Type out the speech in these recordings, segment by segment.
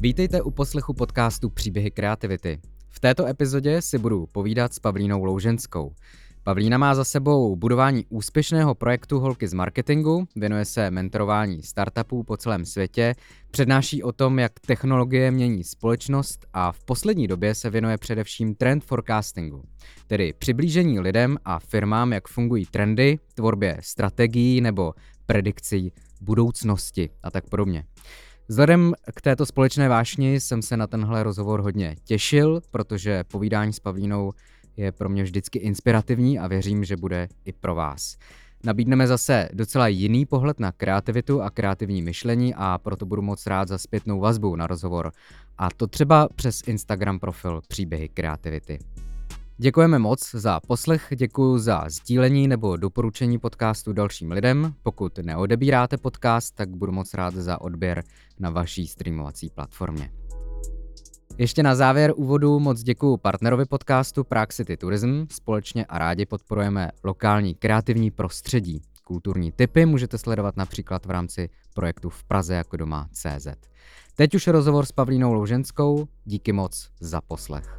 Vítejte u poslechu podcastu Příběhy kreativity. V této epizodě si budu povídat s Pavlínou Louženskou. Pavlína má za sebou budování úspěšného projektu Holky z marketingu, věnuje se mentorování startupů po celém světě, přednáší o tom, jak technologie mění společnost a v poslední době se věnuje především trend forecastingu, tedy přiblížení lidem a firmám, jak fungují trendy, tvorbě strategií nebo predikcí budoucnosti a tak podobně. Vzhledem k této společné vášni jsem se na tenhle rozhovor hodně těšil, protože povídání s Pavlínou je pro mě vždycky inspirativní a věřím, že bude i pro vás. Nabídneme zase docela jiný pohled na kreativitu a kreativní myšlení a proto budu moc rád za zpětnou vazbu na rozhovor. A to třeba přes Instagram profil Příběhy kreativity. Děkujeme moc za poslech, děkuji za sdílení nebo doporučení podcastu dalším lidem. Pokud neodebíráte podcast, tak budu moc rád za odběr na vaší streamovací platformě. Ještě na závěr úvodu moc děkuji partnerovi podcastu Prague City Tourism. Společně a rádi podporujeme lokální kreativní prostředí. Kulturní tipy můžete sledovat například v rámci projektu V Praze jako doma.cz. Teď už rozhovor s Pavlínou Louženskou. Díky moc za poslech.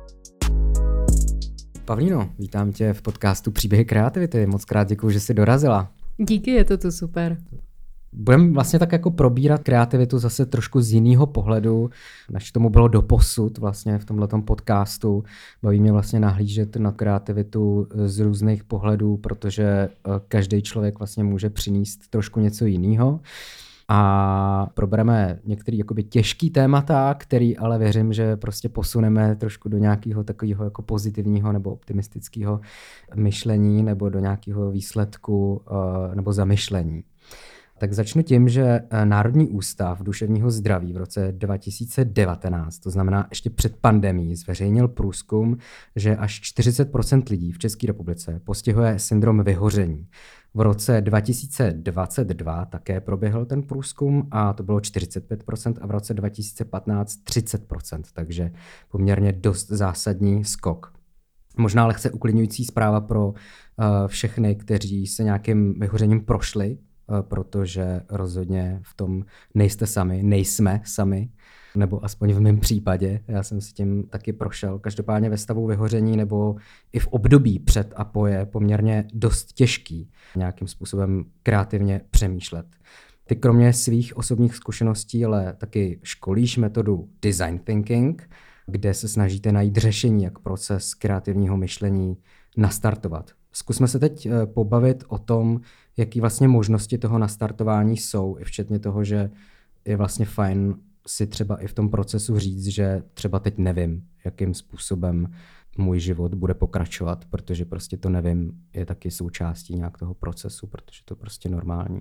Pavlíno, vítám tě v podcastu Příběhy kreativity. Moc krát děkuji, že jsi dorazila. Díky, je to tu super. Budeme vlastně tak jako probírat kreativitu zase trošku z jiného pohledu, než tomu bylo doposud vlastně v tomhletom podcastu. Baví mě vlastně nahlížet na kreativitu z různých pohledů, protože každý člověk vlastně může přinést trošku něco jiného. A probereme některé jakoby těžký témata, který ale věřím, že prostě posuneme trošku do nějakého takového jako pozitivního nebo optimistického myšlení nebo do nějakého výsledku nebo zamyšlení. Tak začnu tím, že Národní ústav duševního zdraví v roce 2019, to znamená ještě před pandemií, zveřejnil průzkum, že až 40% lidí v České republice postihuje syndrom vyhoření. V roce 2022 také proběhl ten průzkum a to bylo 45% a v roce 2015 30%, takže poměrně dost zásadní skok. Možná lehce uklidňující zpráva pro všechny, kteří se nějakým vyhořením prošli, protože rozhodně v tom nejste sami, nejsme sami, nebo aspoň v mém případě, já jsem si tím taky prošel. Každopádně ve stavu vyhoření nebo i v období před a po je poměrně dost těžký nějakým způsobem kreativně přemýšlet. Ty kromě svých osobních zkušeností, ale taky školíš metodu design thinking, kde se snažíte najít řešení, jak proces kreativního myšlení nastartovat. Zkusme se teď pobavit o tom, jaký vlastně možnosti toho nastartování jsou, i včetně toho, že je vlastně fajn si třeba i v tom procesu říct, že třeba teď nevím, jakým způsobem můj život bude pokračovat, protože prostě to nevím, je taky součástí nějak toho procesu, protože to prostě normální.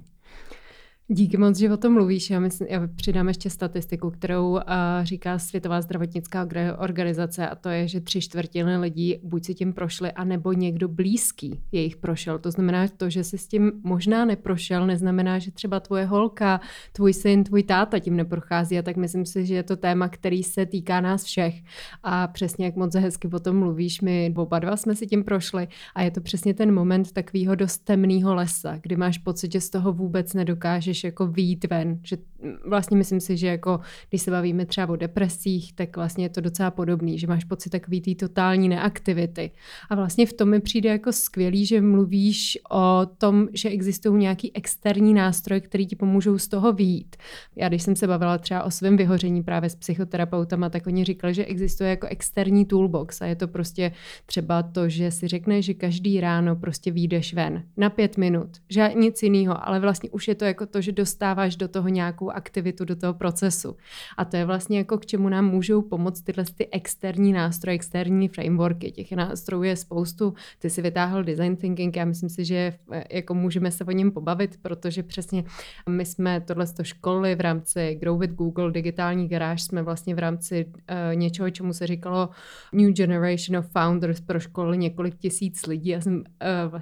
Díky moc, že o tom mluvíš. Já přidám ještě statistiku, kterou říká Světová zdravotnická organizace, a to je, že 3/4 lidí buď si tím prošli, anebo někdo blízký jejich prošel. To znamená to, že si s tím možná neprošel, neznamená, že třeba tvoje holka, tvůj syn, tvůj táta tím neprochází. A tak myslím si, že je to téma, který se týká nás všech. A přesně jak moc hezky o tom mluvíš, my oba dva jsme si tím prošli a je to přesně ten moment takového dost temného lesa, kdy máš pocit, že z toho vůbec nedokážeš jako vyjít ven. Že vlastně myslím si, že jako když se bavíme třeba o depresích, tak vlastně je to docela podobný, že máš pocit takový té totální neaktivity. A vlastně v tom mi přijde jako skvělý, že mluvíš o tom, že existují nějaký externí nástroje, který ti pomůžou z toho vyjít. Já když jsem se bavila třeba o svém vyhoření právě s psychoterapeutama, tak oni říkali, že existuje jako externí toolbox a je to prostě třeba to, že si řekneš, že každý ráno prostě vyjdeš ven na 5 minut. Že nic jiného, ale vlastně už je to jako to, že dostáváš do toho nějakou aktivitu, do toho procesu. A to je vlastně jako k čemu nám můžou pomoct tyhle ty externí nástroje, externí frameworky. Těch nástrojů je spoustu. Ty si vytáhl design thinking, já myslím si, že jako můžeme se o něm pobavit, protože přesně my jsme tohleto školili v rámci Grow with Google, digitální garáž, jsme vlastně v rámci něčeho, čemu se říkalo New Generation of Founders, proškolili několik tisíc lidí. Já jsem vlastně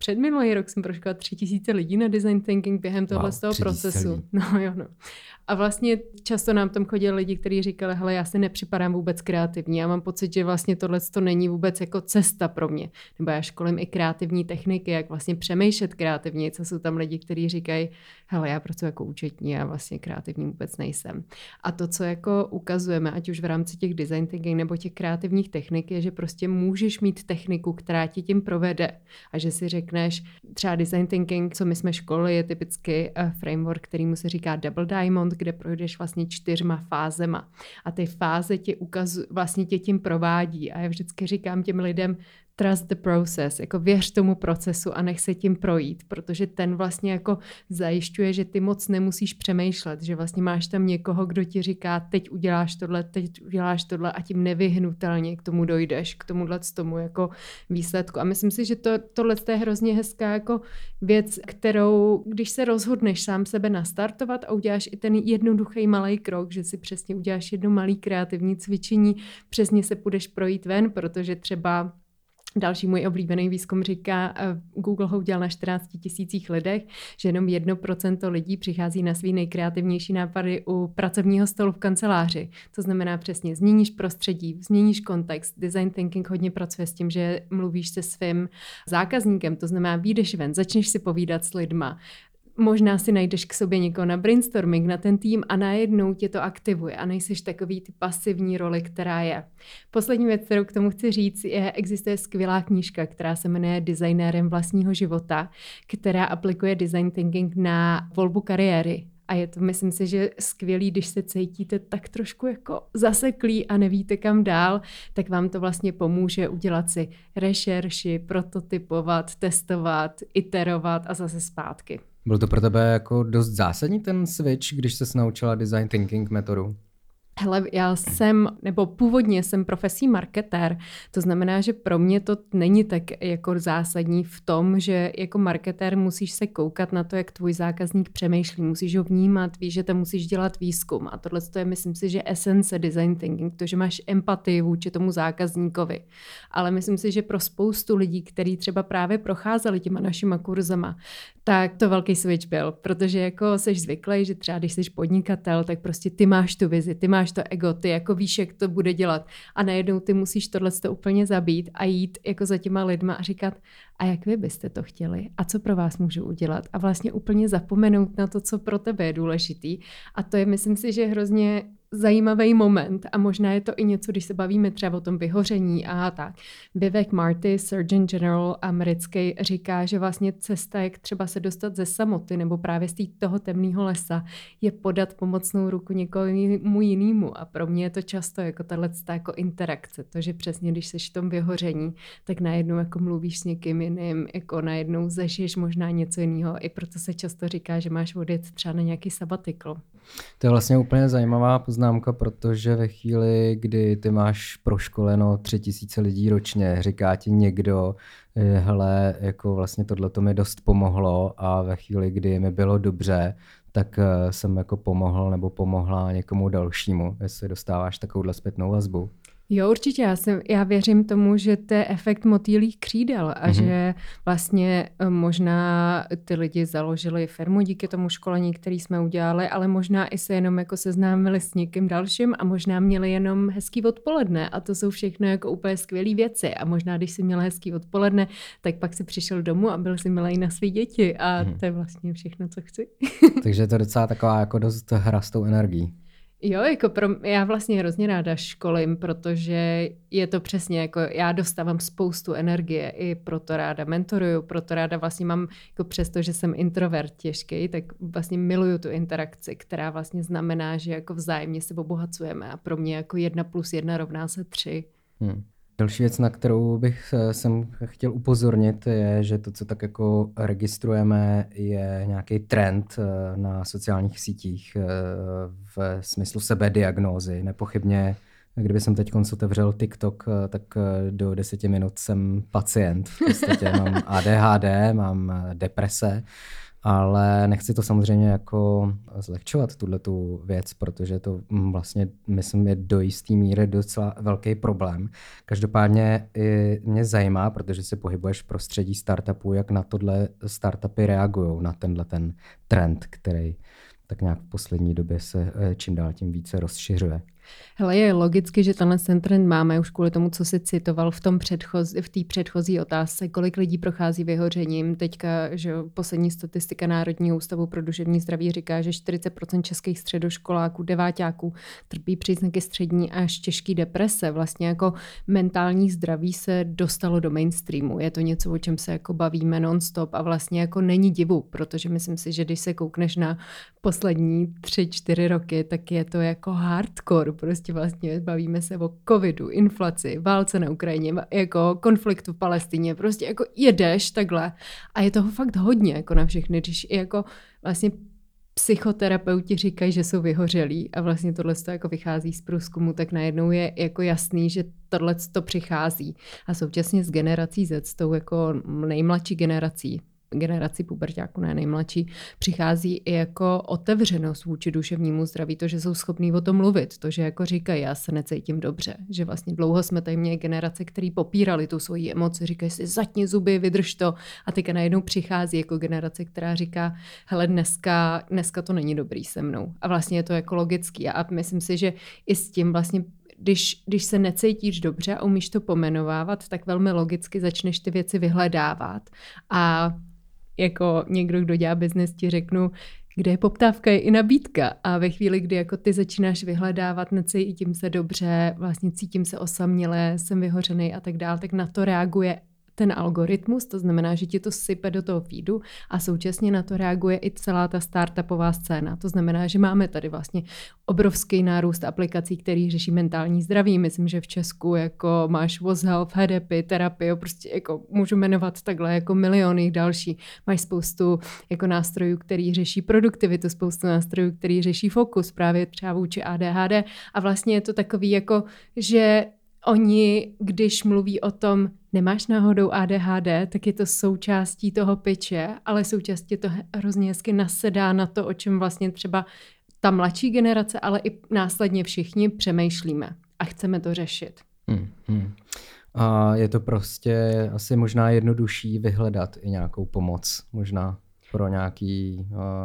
předminulý rok jsem proškola 3000 lidí na design thinking během tohle z toho procesu. No. A vlastně často nám tam chodili lidi, kteří říkali, hele, já si nepřipadám vůbec kreativní, já mám pocit, že vlastně tohle to není vůbec jako cesta pro mě. Nebo já školím i kreativní techniky, jak vlastně přemýšlet kreativně, co jsou tam lidi, kteří říkají, hele, já pracuji jako účetní, já vlastně kreativní vůbec nejsem. A to, co jako ukazujeme, ať už v rámci těch design thinking nebo těch kreativních technik, je, že prostě můžeš mít techniku, která ti tím provede. A že si řekneš, třeba design thinking, co my jsme školili, je typicky framework, kterýmu se říká Double Diamond, kde projdeš vlastně 4 fázema. A ty fáze vlastně tě tím provádí. A já vždycky říkám těm lidem, trust the process, jako věř tomu procesu a nech se tím projít, protože ten vlastně jako zajišťuje, že ty moc nemusíš přemýšlet, že vlastně máš tam někoho, kdo ti říká, teď uděláš tohle a tím nevyhnutelně k tomu dojdeš, k tomu jako výsledku. A myslím si, že tohle je hrozně hezká jako věc, kterou, když se rozhodneš sám sebe nastartovat a uděláš i ten jednoduchý malý krok, že si přesně uděláš jedno malý kreativní cvičení, přesně se půjdeš projít ven, protože třeba další můj oblíbený výzkum říká, Google ho udělal na 14 000 lidech, že jenom 1% lidí přichází na svý nejkreativnější nápady u pracovního stolu v kanceláři. To znamená přesně, změníš prostředí, změníš kontext. Design thinking hodně pracuje s tím, že mluvíš se svým zákazníkem, to znamená, vyjdeš ven, začneš si povídat s lidma, možná si najdeš k sobě někoho na brainstorming, na ten tým a najednou tě to aktivuje a nejseš takový ty pasivní roli, která je. Poslední věc, kterou k tomu chci říct, existuje skvělá knížka, která se jmenuje Designérem vlastního života, která aplikuje design thinking na volbu kariéry. A je to, myslím si, že skvělý, když se cítíte tak trošku jako zaseklí a nevíte kam dál, tak vám to vlastně pomůže udělat si rešerši, prototypovat, testovat, iterovat a zase zpátky. Byl to pro tebe jako dost zásadní ten switch, když ses naučila design thinking metodu? Hele, původně jsem profesí marketér, to znamená, že pro mě to není tak jako zásadní v tom, že jako marketér musíš se koukat na to, jak tvůj zákazník přemýšlí, musíš ho vnímat, víš, že tam musíš dělat výzkum a tohle je, myslím si, že esence design thinking, to, že máš empatii vůči tomu zákazníkovi. Ale myslím si, že pro spoustu lidí, kteří třeba právě procházeli těma našima kurzama, tak to velký switch byl, protože jako seš zvyklý, že třeba když jsi podnikatel, tak prostě ty máš tu vizi, ty máš to ego, ty jako víš, jak to bude dělat a najednou ty musíš tohleto úplně zabít a jít jako za těma lidma a říkat, a jak vy byste to chtěli a co pro vás můžu udělat a vlastně úplně zapomenout na to, co pro tebe je důležitý a to je, myslím si, že hrozně zajímavý moment a možná je to i něco, když se bavíme třeba o tom vyhoření a tak. Vivek Murthy, Surgeon General americký, říká, že vlastně cesta, jak třeba se dostat ze samoty nebo právě z toho temného lesa, je podat pomocnou ruku někomu jinému a pro mě je to často jako tato jako interakce, to, že přesně když seš v tom vyhoření, tak najednou jako mluvíš s někým jiným, jako najednou zažiješ možná něco jiného, i proto se často říká, že máš odjet třeba na nějaký sabatikl. To je vlastně úplně zajímavá poznámka, protože ve chvíli, kdy ty máš proškoleno 3000 lidí ročně, říká ti někdo, hele, jako vlastně tohleto mi dost pomohlo a ve chvíli, kdy mi bylo dobře, tak jsem jako pomohl nebo pomohla někomu dalšímu, jestli dostáváš takovouhle zpětnou vazbu. Jo, určitě. Já věřím tomu, že to je efekt motýlích křídel a že vlastně možná ty lidi založili firmu díky tomu školení, který jsme udělali, ale možná i se jenom jako seznámili s někým dalším a možná měli jenom hezký odpoledne a to jsou všechno jako úplně skvělé věci a možná, když jsi měl hezký odpoledne, tak pak si přišel domů a byl si milej na svý děti a to je vlastně všechno, co chci. Takže to je docela taková jako dost hra s tou energií. Jo, jako já vlastně hrozně ráda školím, protože je to přesně jako já dostávám spoustu energie i proto ráda mentoruju, proto ráda vlastně mám, jako přesto, že jsem introvert těžký, tak vlastně miluju tu interakci, která vlastně znamená, že jako vzájemně se obohacujeme a pro mě jako 1+1 rovná se 3. Další věc, na kterou bych jsem chtěl upozornit, je, že to, co tak jako registrujeme, je nějaký trend na sociálních sítích v smyslu sebediagnózy. Nepochybně, kdyby jsem teď otevřel TikTok, tak do 10 minut jsem pacient. V podstatě mám ADHD, mám deprese ale nechci to samozřejmě jako zlehčovat, tuhletu věc, protože to vlastně, myslím, je do jistý míry docela velký problém. Každopádně mě zajímá, protože se pohybuješ v prostředí startupů, jak na tohle startupy reagují, na tenhle ten trend, který tak nějak v poslední době se čím dál tím více rozšiřuje. Hele, je logicky, že tenhle trend máme už kvůli tomu, co jsi citoval v té předchozí otázce, kolik lidí prochází vyhořením. Teďka, že poslední statistika Národního ústavu pro duševní zdraví říká, že 40% českých středoškoláků, deváťáků trpí příznaky střední až těžké deprese. Vlastně jako mentální zdraví se dostalo do mainstreamu. Je to něco, o čem se jako bavíme non-stop a vlastně jako není divu, protože myslím si, že když se koukneš na poslední 3-4 roky, tak je to jako hardcore. Prostě vlastně bavíme se o covidu, inflaci, válce na Ukrajině, jako konfliktu v Palestině. Prostě jako jedeš takhle a je toho fakt hodně jako na všechny, když jako vlastně psychoterapeuti říkají, že jsou vyhořelí a vlastně tohle jako vychází z průzkumu, tak najednou je jako jasný, že tohle to přichází. A současně s generací Z, s tou jako nejmladší generaci puberťáků, ne nejmladší, přichází i jako otevřenost vůči duševnímu zdraví, to, že jsou schopní o tom mluvit, to, že jako říkají, já se necítím dobře, že vlastně dlouho jsme tady měli generace, který popírali tu svoji emoci, říkají si, zatni zuby, vydrž to a teďka najednou přichází jako generace, která říká, hele, dneska to není dobrý se mnou. A vlastně je to jako logický a myslím si, že i s tím vlastně když se necítíš dobře a umíš to pomenovávat, tak velmi logicky začneš ty věci vyhledávat. A jako někdo, kdo dělá biznes, ti řeknu, kde je poptávka, je i nabídka. A ve chvíli, kdy jako ty začínáš vyhledávat, necítím se dobře, vlastně cítím se osaměle, jsem vyhořený a tak dál, tak na to reaguje ten algoritmus, to znamená, že ti to sype do toho feedu a současně na to reaguje i celá ta startupová scéna. To znamená, že máme tady vlastně obrovský nárůst aplikací, který řeší mentální zdraví. Myslím, že v Česku jako máš WozHealth, Headhappy, terapii, prostě jako můžu jmenovat takhle jako miliony další. Máš spoustu jako nástrojů, který řeší produktivitu, spoustu nástrojů, který řeší fokus právě třeba vůči ADHD a vlastně je to takový jako, že oni, když mluví o tom, nemáš náhodou ADHD, tak je to součástí toho pitche, ale součástí to hrozně hezky nasedá na to, o čem vlastně třeba ta mladší generace, ale i následně všichni přemýšlíme a chceme to řešit. A je to prostě asi možná jednodušší vyhledat i nějakou pomoc, možná pro nějaký,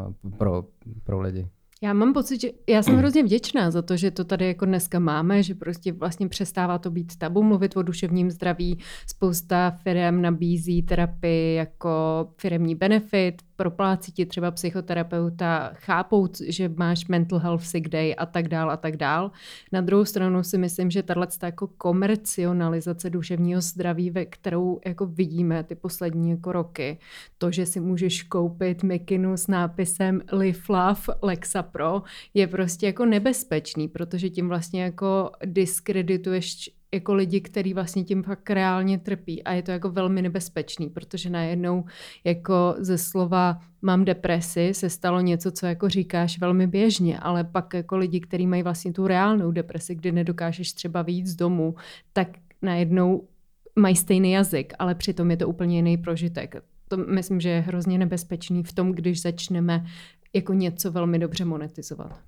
pro lidi. Já mám pocit, že já jsem hrozně vděčná za to, že to tady jako dneska máme, že prostě vlastně přestává to být tabu mluvit o duševním zdraví. Spousta firem nabízí terapii jako firemní benefit, proplácí ti třeba psychoterapeuta, chápou, že máš mental health sick day a tak dál a tak dál. Na druhou stranu si myslím, že tato jako komercionalizace duševního zdraví, ve kterou jako vidíme ty poslední jako roky, to, že si můžeš koupit mikinu s nápisem Live Love Lexapro, je prostě jako nebezpečný, protože tím vlastně jako diskredituješ jako lidi, kteří vlastně tím fakt reálně trpí a je to jako velmi nebezpečný, protože najednou jako ze slova mám depresi se stalo něco, co jako říkáš velmi běžně, ale pak jako lidi, kteří mají vlastně tu reálnou depresi, kdy nedokážeš třeba vyjít z domu, tak najednou mají stejný jazyk, ale přitom je to úplně jiný prožitek. To myslím, že je hrozně nebezpečný v tom, když začneme jako něco velmi dobře monetizovat.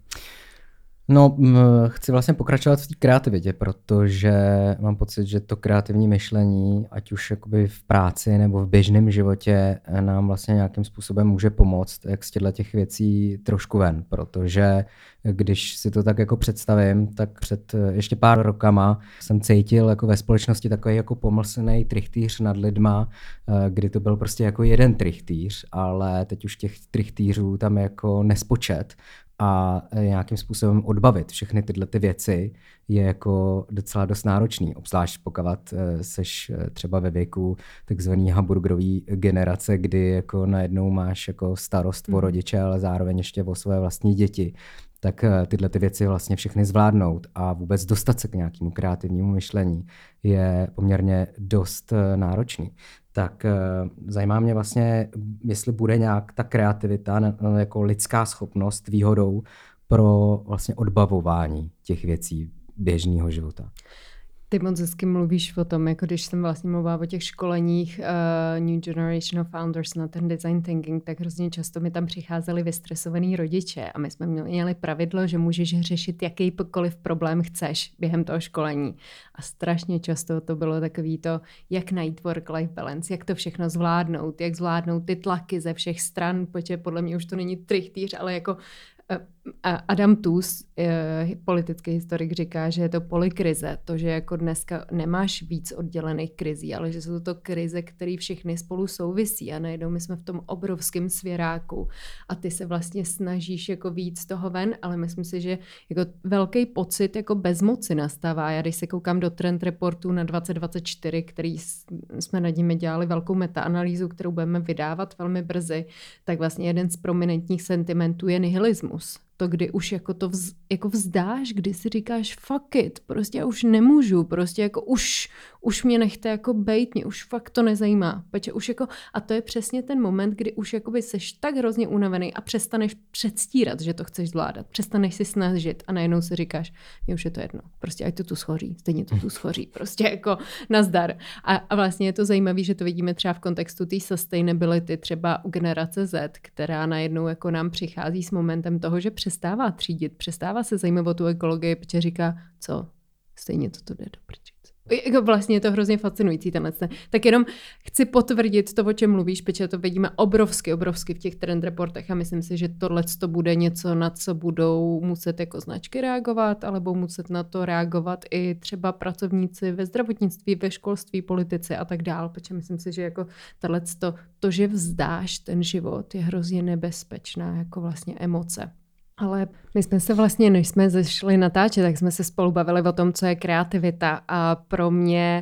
No, chci vlastně pokračovat v té kreativitě, protože mám pocit, že to kreativní myšlení, ať už jakoby v práci nebo v běžném životě, nám vlastně nějakým způsobem může pomoct, jak z těch věcí trošku ven, protože když si to tak jako představím, tak před ještě pár rokama jsem cítil jako ve společnosti takový jako pomlsný trichtýř nad lidma, kdy to byl prostě jako jeden trichtýř, ale teď už těch trichtýřů tam je jako nespočet. A nějakým způsobem odbavit všechny tyhle ty věci je jako docela dost náročný, obzvlášť pokud seš třeba ve věku takzvaný hamburgerový generace, kdy jako najednou máš jako starost o rodiče, ale zároveň ještě o své vlastní děti. Tak tyhle ty věci vlastně všechny zvládnout a vůbec dostat se k nějakému kreativnímu myšlení je poměrně dost náročný. Tak zajímá mě vlastně, jestli bude nějak ta kreativita jako lidská schopnost výhodou pro vlastně odbavování těch věcí běžného života. Ty moc hezky mluvíš o tom, jako když jsem vlastně mluvila o těch školeních New Generation of Founders na ten design thinking, tak hrozně často mi tam přicházeli vystresovaný rodiče a my jsme měli pravidlo, že můžeš řešit jakýkoliv problém chceš během toho školení. A strašně často to bylo takový to, jak najít work-life balance, jak to všechno zvládnout, jak zvládnout ty tlaky ze všech stran, protože podle mě už to není trichtýř, ale jako Adam Tooze, politický historik, říká, že je to polykrize, to, že jako dneska nemáš víc oddělených krizí, ale že jsou to krize, které všechny spolu souvisí a najednou my jsme v tom obrovském svěráku a ty se vlastně snažíš jako víc toho ven, ale myslím si, že jako velký pocit jako bezmoci nastává. Já když se koukám do trend reportu na 2024, který jsme nad nimi dělali velkou metaanalýzu, kterou budeme vydávat velmi brzy, tak vlastně jeden z prominentních sentimentů je nihilismus. To, kdy už jako to jako vzdáš, kdy si říkáš fuck it, prostě já už nemůžu, prostě jako už mě nechte jako bejt, mě už fakt to nezajímá. Protože už jako, a to je přesně ten moment, kdy už jakoby seš tak hrozně unavený a přestaneš předstírat, že to chceš zvládat. Přestaneš si snažit a najednou si říkáš, mě už je to jedno, prostě ať to tu schoří, stejně to tu schoří, prostě jako nazdar. A vlastně je to zajímavé, že to vidíme třeba v kontextu té sustainability, třeba u generace Z, která najednou jako nám přichází s momentem toho, že přestává třídit, přestává se zajímat o tu ekologii, protože říká, co, stejně to jde do prčic. Jako vlastně je to hrozně fascinující tenhle. Tak jenom chci potvrdit to, o čem mluvíš, protože to vidíme obrovsky v těch trend reportech a myslím si, že tohle to bude něco, na co budou muset jako značky reagovat, ale budou muset na to reagovat i třeba pracovníci ve zdravotnictví, ve školství, politici a tak dál, protože myslím si, že jako to, že vzdáš ten život, je hrozně nebezpečná jako vlastně emoce. Ale my jsme se vlastně, než jsme zašli natáčet, tak jsme se spolu bavili o tom, co je kreativita a pro mě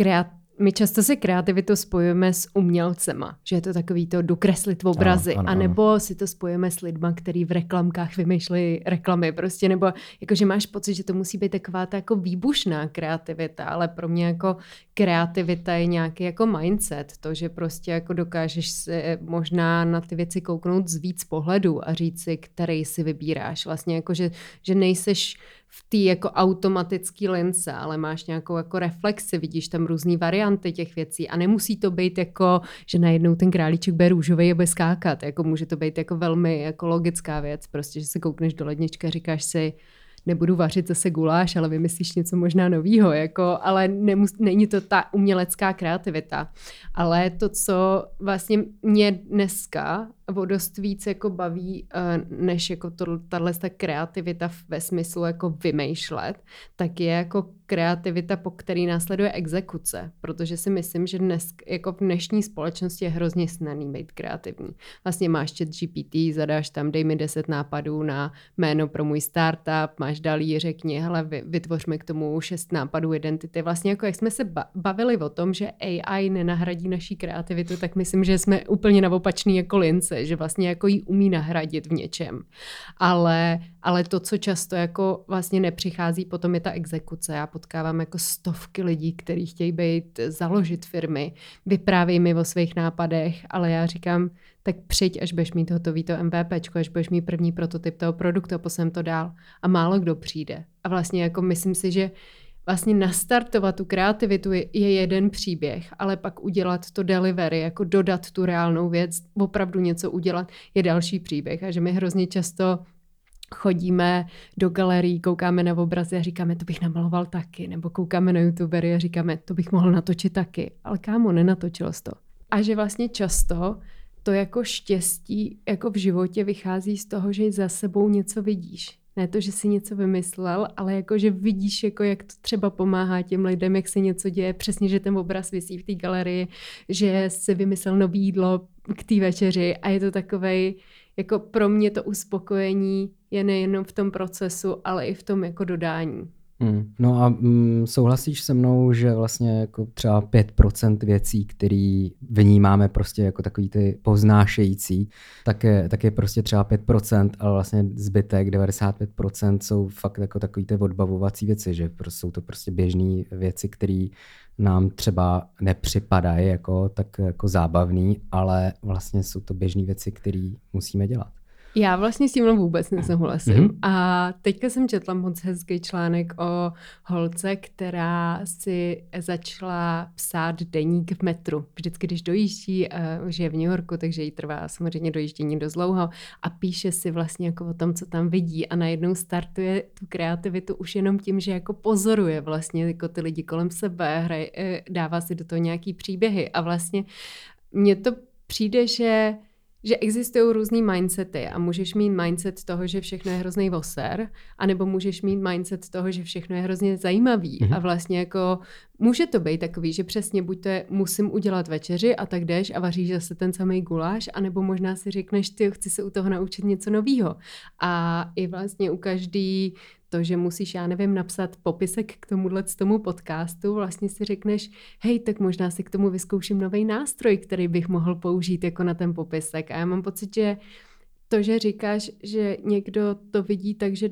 my často si kreativitu spojujeme s umělcema, že je to takový to dokreslit obrazy, anebo si to spojujeme s lidma, který v reklamkách vymýšlejí reklamy prostě, nebo jakože máš pocit, že to musí být taková ta jako výbušná kreativita, ale pro mě jako kreativita je nějaký jako mindset, to, že prostě jako dokážeš se možná na ty věci kouknout z víc pohledů a říct si, který si vybíráš. Vlastně jako, že nejseš v té jako automatický lince, ale máš nějakou jako reflexi, vidíš tam různý varianty těch věcí a nemusí to být jako, že najednou ten králíček bude růžovej a bude skákat, jako může to být jako velmi jako logická věc, prostě, že se koukneš do ledničky a říkáš si, nebudu vařit zase guláš, ale vymyslíš něco možná novýho, jako, ale není to ta umělecká kreativita. Ale to, co vlastně mě dneska o dost víc jako baví, než jako tato kreativita ve smyslu jako vymýšlet, tak je jako kreativita, po který následuje exekuce, protože si myslím, že dnes, jako v dnešní společnosti je hrozně snadný být kreativní. Vlastně máš ChatGPT, zadáš tam, dej mi 10 nápadů na jméno pro můj startup, máš další, řekni, hele, vytvořme k tomu 6 nápadů identity. Vlastně jako jak jsme se bavili o tom, že AI nenahradí naší kreativitu, tak myslím, že jsme úplně na opačný jako lince, že vlastně jako jí umí nahradit v něčem. Ale to, co často jako vlastně nepřichází, potom je ta exekuce. Já potkávám jako stovky lidí, kteří chtějí založit firmy, vyprávějí mi o svých nápadech, ale já říkám, tak přijď, až budeš mít hotový to MVPčko, až budeš mít první prototyp toho produktu a poslem to dál. A málo kdo přijde. A vlastně jako myslím si, že vlastně nastartovat tu kreativitu je jeden příběh, ale pak udělat to delivery, jako dodat tu reálnou věc, opravdu něco udělat, je další příběh. A že my hrozně často chodíme do galerií, koukáme na obrazy a říkáme, to bych namaloval taky, nebo koukáme na youtubery a říkáme, to bych mohl natočit taky, ale kámo, nenatočil jsi to. A že vlastně často to jako štěstí jako v životě vychází z toho, že za sebou něco vidíš. Ne to, že si něco vymyslel, ale jako, že vidíš, jako, jak to třeba pomáhá těm lidem, jak se něco děje. Přesně, že ten obraz visí v té galerii, že si vymyslel nový jídlo k té večeři a je to takovej, jako pro mě to uspokojení je nejenom v tom procesu, ale i v tom jako dodání. No a souhlasíš se mnou, že vlastně jako třeba 5% věcí, které vnímáme prostě jako takový ty povznášející, tak je prostě třeba 5%, ale vlastně zbytek 95% jsou fakt jako takový ty odbavovací věci, že jsou to prostě běžné věci, které nám třeba nepřipadají jako tak jako zábavný, ale vlastně jsou to běžné věci, které musíme dělat. Já vlastně s tímhle vůbec nesouhlasím. A teďka jsem četla moc hezký článek o holce, která si začala psát deník v metru. Vždycky, když dojíždí, žije v New Yorku, takže jí trvá samozřejmě dojíždění dost dlouho a píše si vlastně jako o tom, co tam vidí a najednou startuje tu kreativitu už jenom tím, že jako pozoruje vlastně jako ty lidi kolem sebe, dává si do toho nějaký příběhy a vlastně mně to přijde, že existují různý mindsety a můžeš mít mindset toho, že všechno je hrozný voser, anebo můžeš mít mindset toho, že všechno je hrozně zajímavý a vlastně jako může to být takový, že přesně buď to je musím udělat večeři a tak jdeš a vaříš zase ten samý guláš, anebo možná si řekneš, ty chci se u toho naučit něco novýho. A i vlastně u každý to, že musíš, já nevím, napsat popisek k tomu podcastu, vlastně si řekneš, hej, tak možná si k tomu vyzkouším nový nástroj, který bych mohl použít jako na ten popisek. A já mám pocit, že to, že říkáš, že někdo to vidí tak, že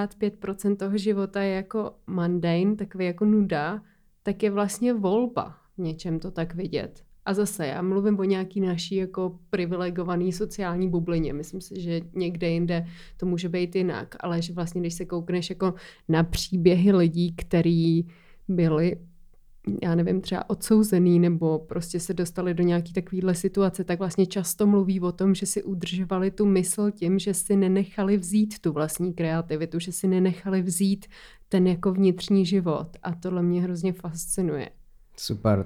95% toho života je jako mundane, takový jako nuda, tak je vlastně volba v něčem to tak vidět. A zase já mluvím o nějaký naší jako privilegovaný sociální bublině. Myslím si, že někde jinde to může být jinak, ale že vlastně, když se koukneš jako na příběhy lidí, který byli, já nevím, třeba odsouzený nebo prostě se dostali do nějaký takovýhle situace, tak vlastně často mluví o tom, že si udržovali tu mysl tím, že si nenechali vzít tu vlastní kreativitu, že si nenechali vzít ten jako vnitřní život. A tohle mě hrozně fascinuje. Super,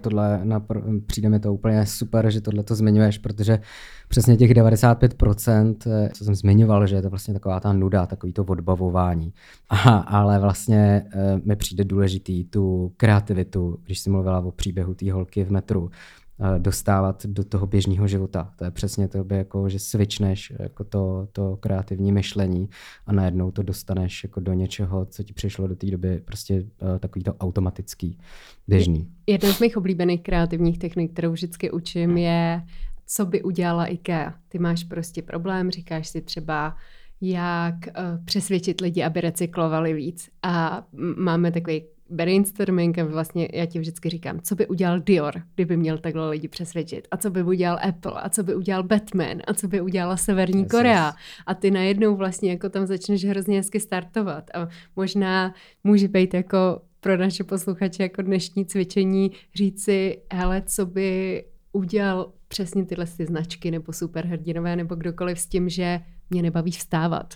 přijde mi to úplně super, že tohle to zmiňuješ, protože přesně těch 95%, co jsem zmiňoval, že je to vlastně taková ta nuda, takový to odbavování. Ale vlastně mi přijde důležitý tu kreativitu, když jsi mluvila o příběhu té holky v metru, dostávat do toho běžného života. To je přesně to, jako, že switchneš jako to kreativní myšlení a najednou to dostaneš jako do něčeho, co ti přišlo do té doby prostě takový to automatický, běžný. Jedna z mých oblíbených kreativních technik, kterou vždycky učím, je, co by udělala IKEA. Ty máš prostě problém, říkáš si třeba, jak přesvědčit lidi, aby recyklovali víc. A máme takový brainstorming a vlastně já ti vždycky říkám, co by udělal Dior, kdyby měl takhle lidi přesvědčit, a co by udělal Apple, a co by udělal Batman, a co by udělala Severní Korea. A ty najednou vlastně jako tam začneš hrozně hezky startovat. A možná může být jako pro naše posluchače jako dnešní cvičení říci, hele, co by udělal přesně tyhle značky nebo superhrdinové nebo kdokoliv s tím, že mě nebaví vstávat.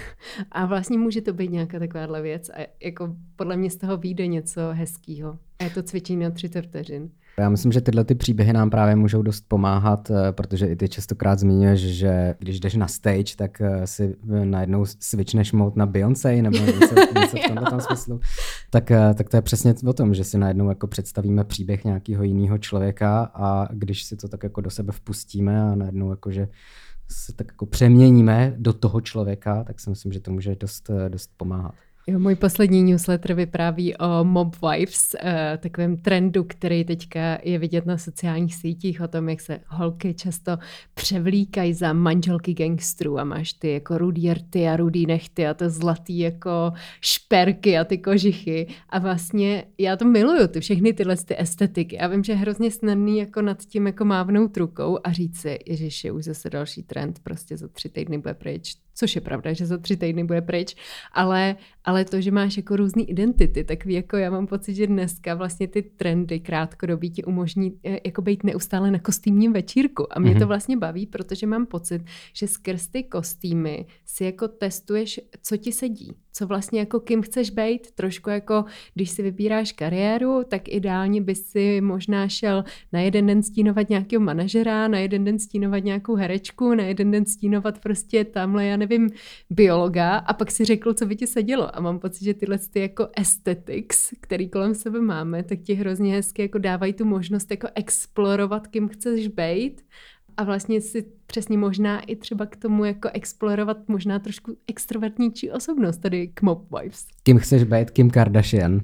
A vlastně může to být nějaká takováhle věc a jako podle mě z toho vyjde něco hezkýho. A je to cvičení na 30 vteřin. Já myslím, že tyhle ty příběhy nám právě můžou dost pomáhat, protože i ty častokrát zmiňuješ, že když jdeš na stage, tak si najednou switchneš mode na Beyoncé nebo něco v tomto smyslu. Tak to je přesně o tom, že si najednou jako představíme příběh nějakého jiného člověka a když si to tak jako do sebe vpustíme a najednou jakože se tak jako přeměníme do toho člověka, tak si myslím, že to může dost pomáhat. Jo, můj poslední newsletter vypráví o mob wives, takovém trendu, který teďka je vidět na sociálních sítích, o tom, jak se holky často převlíkají za manželky gangstrů a máš ty jako rudý rty a rudý nechty a to zlatý jako šperky a ty kožichy. A vlastně já to miluju, všechny tyhle estetiky. A vím, že je hrozně snadný jako nad tím jako mávnout rukou a říct si, ježiši, už zase další trend, prostě za 3 týdny bude pryč. Což je pravda, že za 3 týdny bude pryč, ale to, že máš jako různý identity, tak jako já mám pocit, že dneska vlastně ty trendy krátkodobí ti umožní jako být neustále na kostýmním večírku. A mě to vlastně baví, protože mám pocit, že skrz ty kostýmy si jako testuješ, co ti sedí, co vlastně jako kým chceš být. Trošku jako, když si vybíráš kariéru, tak ideálně bys si možná šel na jeden den stínovat nějakého manažera, na jeden den stínovat nějakou herečku, na jeden den stínovat prostě tamhle, já nevím, biologa a pak si řekl, co by ti sedělo. A mám pocit, že tyhle ty jako aesthetics, který kolem sebe máme, tak ti hrozně hezky jako dávají tu možnost jako explorovat, kým chceš být a vlastně si přesně možná i třeba k tomu jako explorovat možná trošku extrovertnější osobnost tady k Mob Wives. Kým chceš být? Kim Kardashian.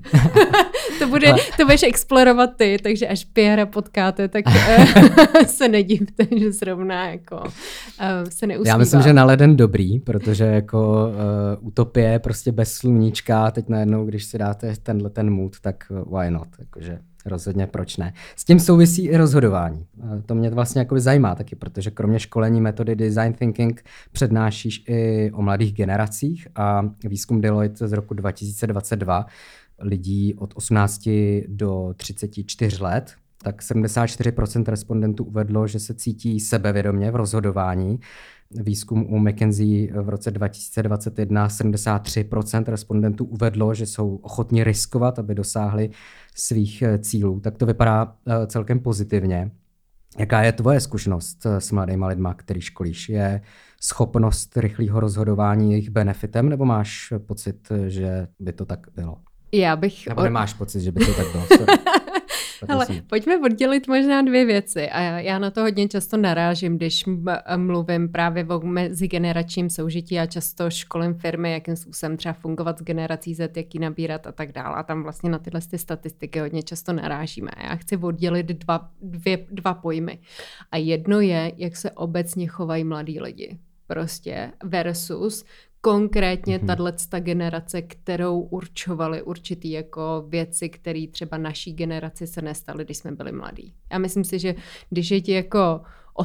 To budeš explorovat ty, takže až Pierra potkáte, tak se nedivte, že zrovna jako se neuspívá. Já myslím, že na leden dobrý, protože jako utopie prostě bez sluníčka, teď najednou, když si dáte ten mood, tak why not? Jakože rozhodně proč ne. S tím souvisí i rozhodování. To mě vlastně jakoby zajímá taky, protože kromě školení metody design thinking přednášíš i o mladých generacích a výzkum Deloitte z roku 2022 lidí od 18 do 34 let, tak 74% respondentů uvedlo, že se cítí sebevědomě v rozhodování. Výzkum u McKinsey v roce 2021 73% respondentů uvedlo, že jsou ochotni riskovat, aby dosáhli svých cílů. Tak to vypadá celkem pozitivně. Jaká je tvoje zkušenost s mladýma lidma, který školíš? Je schopnost rychlého rozhodování jejich benefitem, nebo máš pocit, že by to tak bylo? Nebo nemáš pocit, že by to tak bylo? Ale pojďme oddělit možná dvě věci. A já na to hodně často narážím, když mluvím právě o mezigeneračním soužití a často školím firmy, jakým způsobem třeba fungovat s generací Z, jak ji nabírat a tak dále. A tam vlastně na tyhle statistiky hodně často narážíme. A já chci oddělit dva pojmy. A jedno je, jak se obecně chovají mladí lidi. Prostě versus konkrétně tato generace, kterou určovaly určitý jako věci, které třeba naší generaci se nestaly, když jsme byli mladí. Já myslím si, že když je ti jako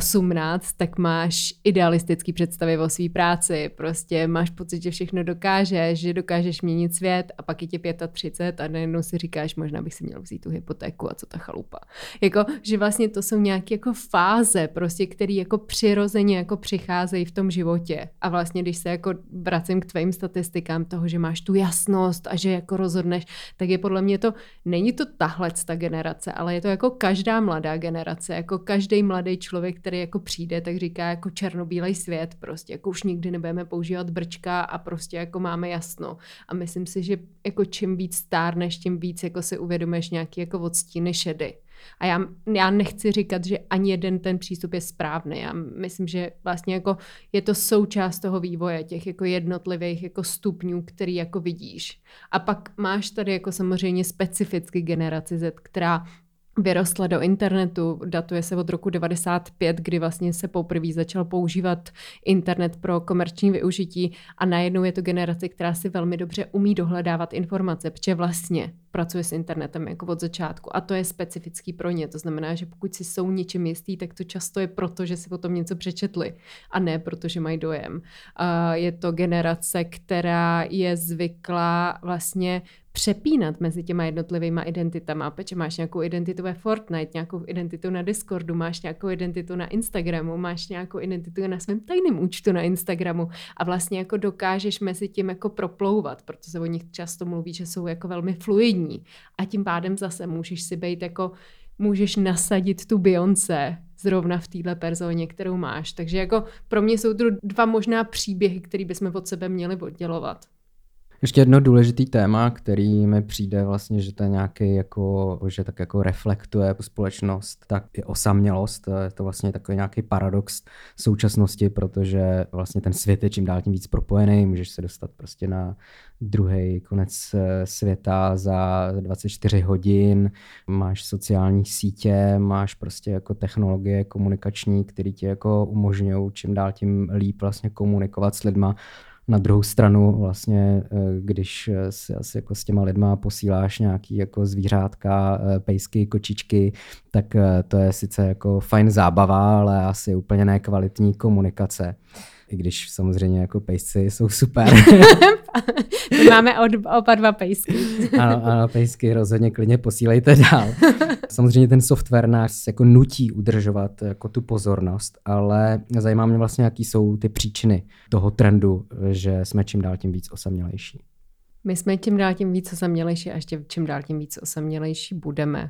18, tak máš idealistický představy o své práci, prostě máš pocit, že všechno dokážeš, že dokážeš měnit svět a pak je ti 35 a najednou si říkáš, možná bych si měl vzít tu hypotéku a co ta chalupa. Jako, že vlastně to jsou nějaké jako fáze, prostě, které jako přirozeně jako přicházejí v tom životě. A vlastně, když se jako vracím k tvým statistikám toho, že máš tu jasnost a že jako rozhodneš, tak je podle mě to, není to tahle ta generace, ale je to jako každá mladá generace, jako každý mladý člověk, který jako přijde, tak říká jako černobílej svět, prostě jako už nikdy nebudeme používat brčka a prostě jako máme jasno. A myslím si, že jako čím víc stárneš, tím víc jako si uvědomuješ nějaký jako odstíny šedy. A já nechci říkat, že ani jeden ten přístup je správný. Já myslím, že vlastně jako je to součást toho vývoje, těch jako jednotlivých jako stupňů, který jako vidíš. A pak máš tady jako samozřejmě specificky generaci Z, která vyrostla do internetu, datuje se od roku 95, kdy vlastně se poprvé začal používat internet pro komerční využití a najednou je to generace, která si velmi dobře umí dohledávat informace, protože vlastně pracuje s internetem jako od začátku a to je specifický pro ně. To znamená, že pokud si jsou něčím jistý, tak to často je proto, že si o tom něco přečetli a ne proto, že mají dojem. Je to generace, která je zvyklá vlastně přepínat mezi těma jednotlivými identitama, protože máš nějakou identitu ve Fortnite, nějakou identitu na Discordu, máš nějakou identitu na Instagramu, máš nějakou identitu na svém tajném účtu na Instagramu a vlastně jako dokážeš mezi tím jako proplouvat, protože se o nich často mluví, že jsou jako velmi fluidní a tím pádem zase můžeš si být jako, můžeš nasadit tu Beyoncé zrovna v téhle personě, kterou máš. Takže jako pro mě jsou to dva možná příběhy, které bychom od sebe měli oddělovat. Ještě jedno důležitý téma, který mi přijde vlastně, že to je nějaký jako, že tak jako reflektuje společnost, tak je osamělost. Je to vlastně takový nějaký paradox současnosti, protože vlastně ten svět je čím dál tím víc propojený, můžeš se dostat prostě na druhý konec světa za 24 hodin, máš sociální sítě, máš prostě jako technologie komunikační, které ti jako umožňují čím dál tím líp vlastně komunikovat s lidma. Na druhou stranu vlastně, když si asi jako s těma lidma posíláš nějaký jako zvířátka, pejsky, kočičky, tak to je sice jako fajn zábava, ale asi úplně nekvalitní komunikace. I když samozřejmě jako pejsci jsou super. My máme oba dva pejsky. Ano, pejsky rozhodně klidně posílejte dál. Samozřejmě ten software nás jako nutí udržovat jako tu pozornost, ale zajímá mě vlastně, jaký jsou ty příčiny toho trendu, že jsme čím dál tím víc osamělejší. My jsme čím dál tím víc osamělejší a ještě čím dál tím víc osamělejší budeme.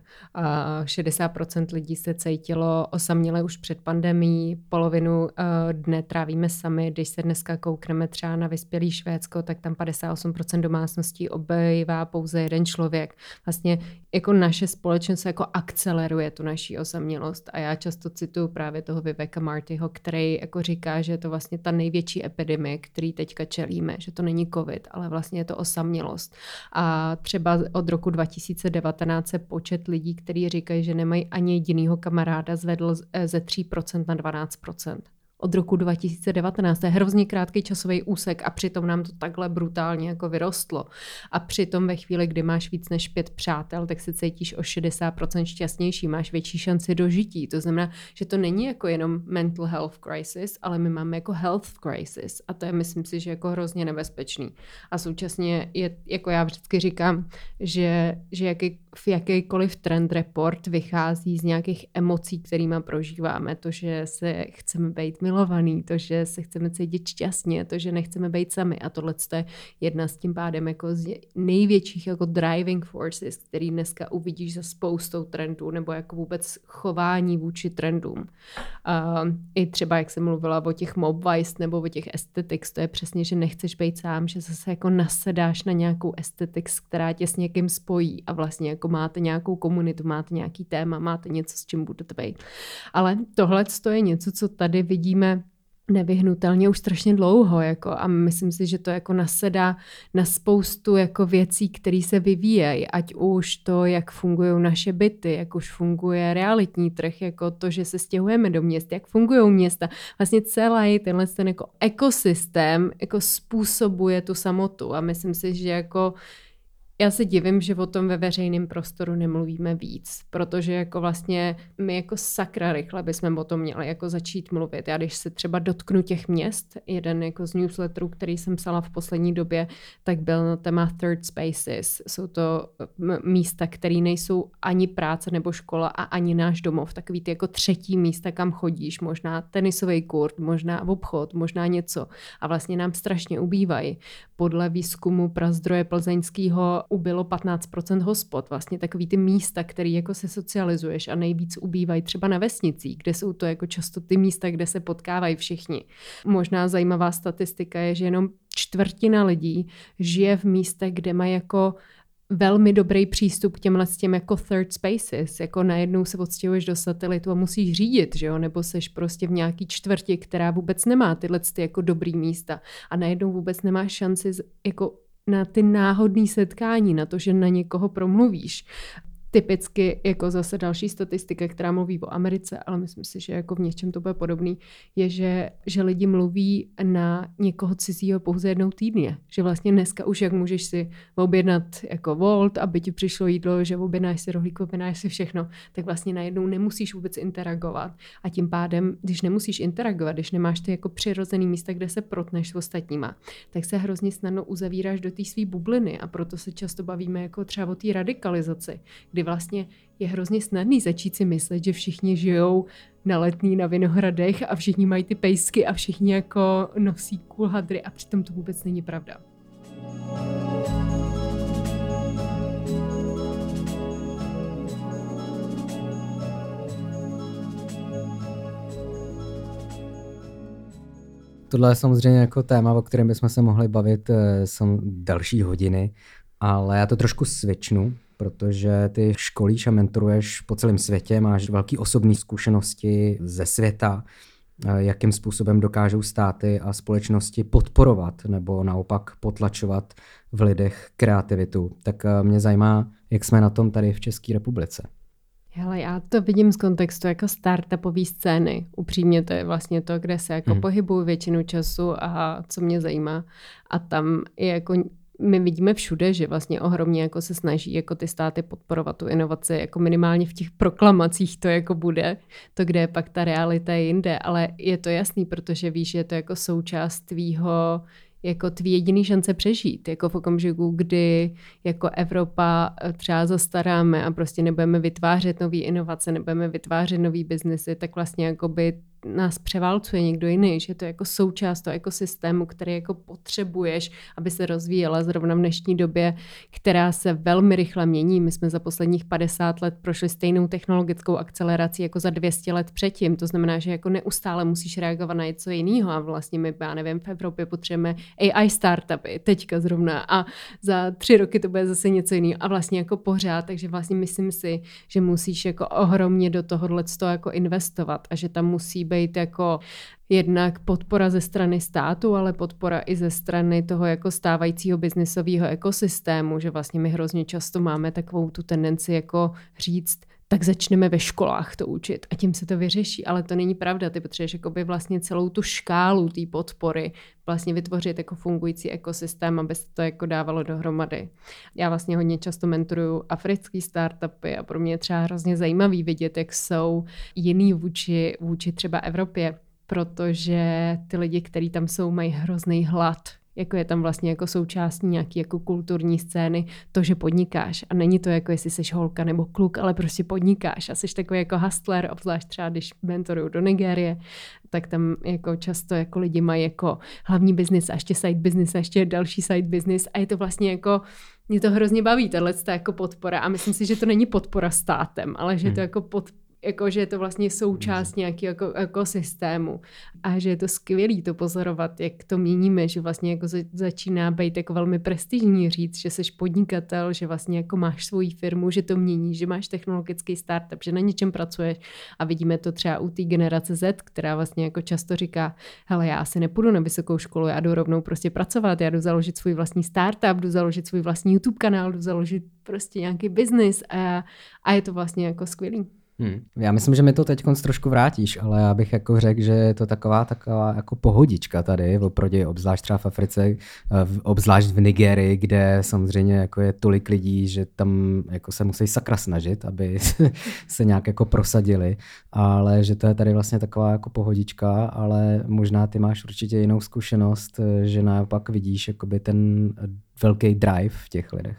60% lidí se cítilo osaměle už před pandemií, polovinu dne trávíme sami. Když se dneska koukneme třeba na vyspělý Švédsko, tak tam 58% domácností obývá pouze jeden člověk. Vlastně jako naše společnost jako akceleruje tu naší osamělost a já často cituju právě toho Viveka Martyho, který jako říká, že je to vlastně ta největší epidemie, který teďka čelíme, že to není covid, ale vlastně je to osamělost. A třeba od roku 2019 se počet lidí, kteří říkají, že nemají ani jedinýho kamaráda, zvedl ze 3% na 12%. od roku 2019. To je hrozně krátký časový úsek a přitom nám to takhle brutálně jako vyrostlo. A přitom ve chvíli, kdy máš víc než 5 přátel, tak se cítíš o 60% šťastnější, máš větší šanci dožití. To znamená, že to není jako jenom mental health crisis, ale my máme jako health crisis a to je, myslím si, že jako hrozně nebezpečný. A současně je, jako já vždycky říkám, že jakýkoliv trend report vychází z nějakých emocí, kterýma prožíváme. To, že se chceme být milovaný, to, že se chceme cítit šťastně, to, že nechceme být sami. A tohle je jedna z tím pádem jako z největších jako driving forces, který dneska uvidíš za spoustou trendů nebo jako vůbec chování vůči trendům. I třeba, jak jsem mluvila o těch mob vice nebo o těch aesthetics, to je přesně, že nechceš být sám, že zase jako nasedáš na nějakou aesthetics, která tě s někým spojí a vlastně jako máte nějakou komunitu, máte nějaký téma, máte něco, s čím budete být. Ale tohle je něco, co tady vidíme nevyhnutelně už strašně dlouho jako, a myslím si, že to jako nasedá na spoustu jako věcí, které se vyvíjejí, ať už to, jak fungují naše byty, jak už funguje realitní trh, jako to, že se stěhujeme do měst, jak fungují města. Vlastně celý tenhle ten jako ekosystém jako způsobuje tu samotu a myslím si, že jako já se divím, že o tom ve veřejném prostoru nemluvíme víc, protože jako vlastně my jako sakra rychle bychom o tom měli jako začít mluvit. Já když se třeba dotknu těch měst, jeden jako z newsletterů, který jsem psala v poslední době, tak byl na téma third spaces. Jsou to místa, které nejsou ani práce nebo škola a ani náš domov. Takový ty jako třetí místa, kam chodíš. Možná tenisový kurt, možná obchod, možná něco. A vlastně nám strašně ubývají. Podle výzkumu Prazdroje plzeňského ubylo 15% hospod, vlastně takový ty místa, který jako se socializuješ a nejvíc ubývají třeba na vesnicích, kde jsou to jako často ty místa, kde se potkávají všichni. Možná zajímavá statistika je, že jenom 1/4 lidí žije v místech, kde mají jako velmi dobrý přístup k těm jako third spaces, jako najednou se odstěhuješ do satelitu a musíš řídit, že jo, nebo seš prostě v nějaký čtvrti, která vůbec nemá tyhle jako dobrý místa a najednou vůbec nemáš šanci jako na ty náhodné setkání, na to, že na někoho promluvíš. Typicky jako zase další statistika, která mluví o Americe, ale myslím si, že jako v něčem to bude podobný, je, že lidi mluví na někoho cizího pouze jednou týdně. Že vlastně dneska už jak můžeš si objednat jako Volt, aby ti přišlo jídlo, že objednáš si rohlík, objednáš si všechno, tak vlastně najednou nemusíš vůbec interagovat. A tím pádem, když nemusíš interagovat, když nemáš ty jako přirozený místa, kde se protneš s ostatníma, tak se hrozně snadno uzavíráš do té své bubliny a proto se často bavíme jako třeba o té radikalizaci, kdy vlastně je hrozně snadný začít si myslet, že všichni žijou na Letný na Vinohradech a všichni mají ty pejsky a všichni jako nosí kulhadry a přitom to vůbec není pravda. Tohle je samozřejmě jako téma, o kterém bychom se mohli bavit jsou další hodiny, ale já to trošku switchnu, protože ty školíš a mentoruješ po celém světě, máš velké osobní zkušenosti ze světa, jakým způsobem dokážou státy a společnosti podporovat nebo naopak potlačovat v lidech kreativitu. Tak mě zajímá, jak jsme na tom tady v České republice. Hele, já to vidím z kontextu jako startupové scény. Upřímně to je vlastně to, kde se jako pohybuju většinu času a co mě zajímá. A tam je jako my vidíme všude, že vlastně ohromně jako se snaží jako ty státy podporovat tu inovaci, jako minimálně v těch proklamacích to jako bude, to, kde je pak ta realita je jinde, ale je to jasný, protože víš, že je to jako součást tvýho jako tvý jediný šance přežít, jako v okamžiku, kdy jako Evropa třeba zastaráme a prostě nebudeme vytvářet nový inovace, nebudeme vytvářet nový biznesy, tak vlastně jakoby nás převálcuje někdo jiný, že to je jako součást toho ekosystému, který jako potřebuješ, aby se rozvíjela zrovna v dnešní době, která se velmi rychle mění. My jsme za posledních 50 let prošli stejnou technologickou akcelerací jako za 200 let předtím. To znamená, že jako neustále musíš reagovat na něco jiného a vlastně my, já nevím, v Evropě potřebujeme AI startupy teďka zrovna a za 3 roky to bude zase něco jiného a vlastně jako pořád, takže vlastně myslím si, že musíš jako ohromně do tohoto jako investovat a že tam musí být jako jednak podpora ze strany státu, ale podpora i ze strany toho jako stávajícího biznisového ekosystému, že vlastně my hrozně často máme takovou tu tendenci jako říct, tak začneme ve školách to učit a tím se to vyřeší, ale to není pravda. Ty potřebuješ jakoby vlastně celou tu škálu té podpory vlastně vytvořit jako fungující ekosystém, aby se to jako dávalo dohromady. Já vlastně hodně často mentoruju africký startupy a pro mě je třeba hrozně zajímavý vidět, jak jsou jiný vůči třeba Evropě, protože ty lidi, kteří tam jsou, mají hrozný hlad. Jako je tam vlastně jako součástí nějaký jako kulturní scény to, že podnikáš. A není to jako, jestli jsi holka nebo kluk, ale prostě podnikáš a jsi takový jako hustler, obzvlášť třeba, když mentoruju do Nigérie, tak tam jako často jako lidi mají jako hlavní biznis a ještě side business a ještě další side business a je to vlastně jako, mě to hrozně baví, tahle jako podpora a myslím si, že to není podpora státem, ale že to jako že je to vlastně součást nějakého ekosystému a že je to skvělý to pozorovat, jak to měníme, že vlastně jako začíná být jako velmi prestižní říct, že jsi podnikatel, že vlastně jako máš svoji firmu, že to mění, že máš technologický startup, že na něčem pracuješ a vidíme to třeba u té generace Z, která vlastně jako často říká, hele, já asi nepůjdu na vysokou školu, já jdu rovnou prostě pracovat, já jdu založit svůj vlastní startup, jdu založit svůj vlastní YouTube kanál, jdu založit prostě nějaký biznis a je to vlastně jako skvělý. Já myslím, že mi to teď trošku vrátíš, ale já bych jako řekl, že je to taková jako pohodička tady, oproti obzvlášť třeba v Africe, obzvlášť v Nigerii, kde samozřejmě jako je tolik lidí, že tam jako se musí sakra snažit, aby se nějak jako prosadili, ale že to je tady vlastně taková jako pohodička, ale možná ty máš určitě jinou zkušenost, že naopak vidíš jakoby ten velký drive v těch lidech.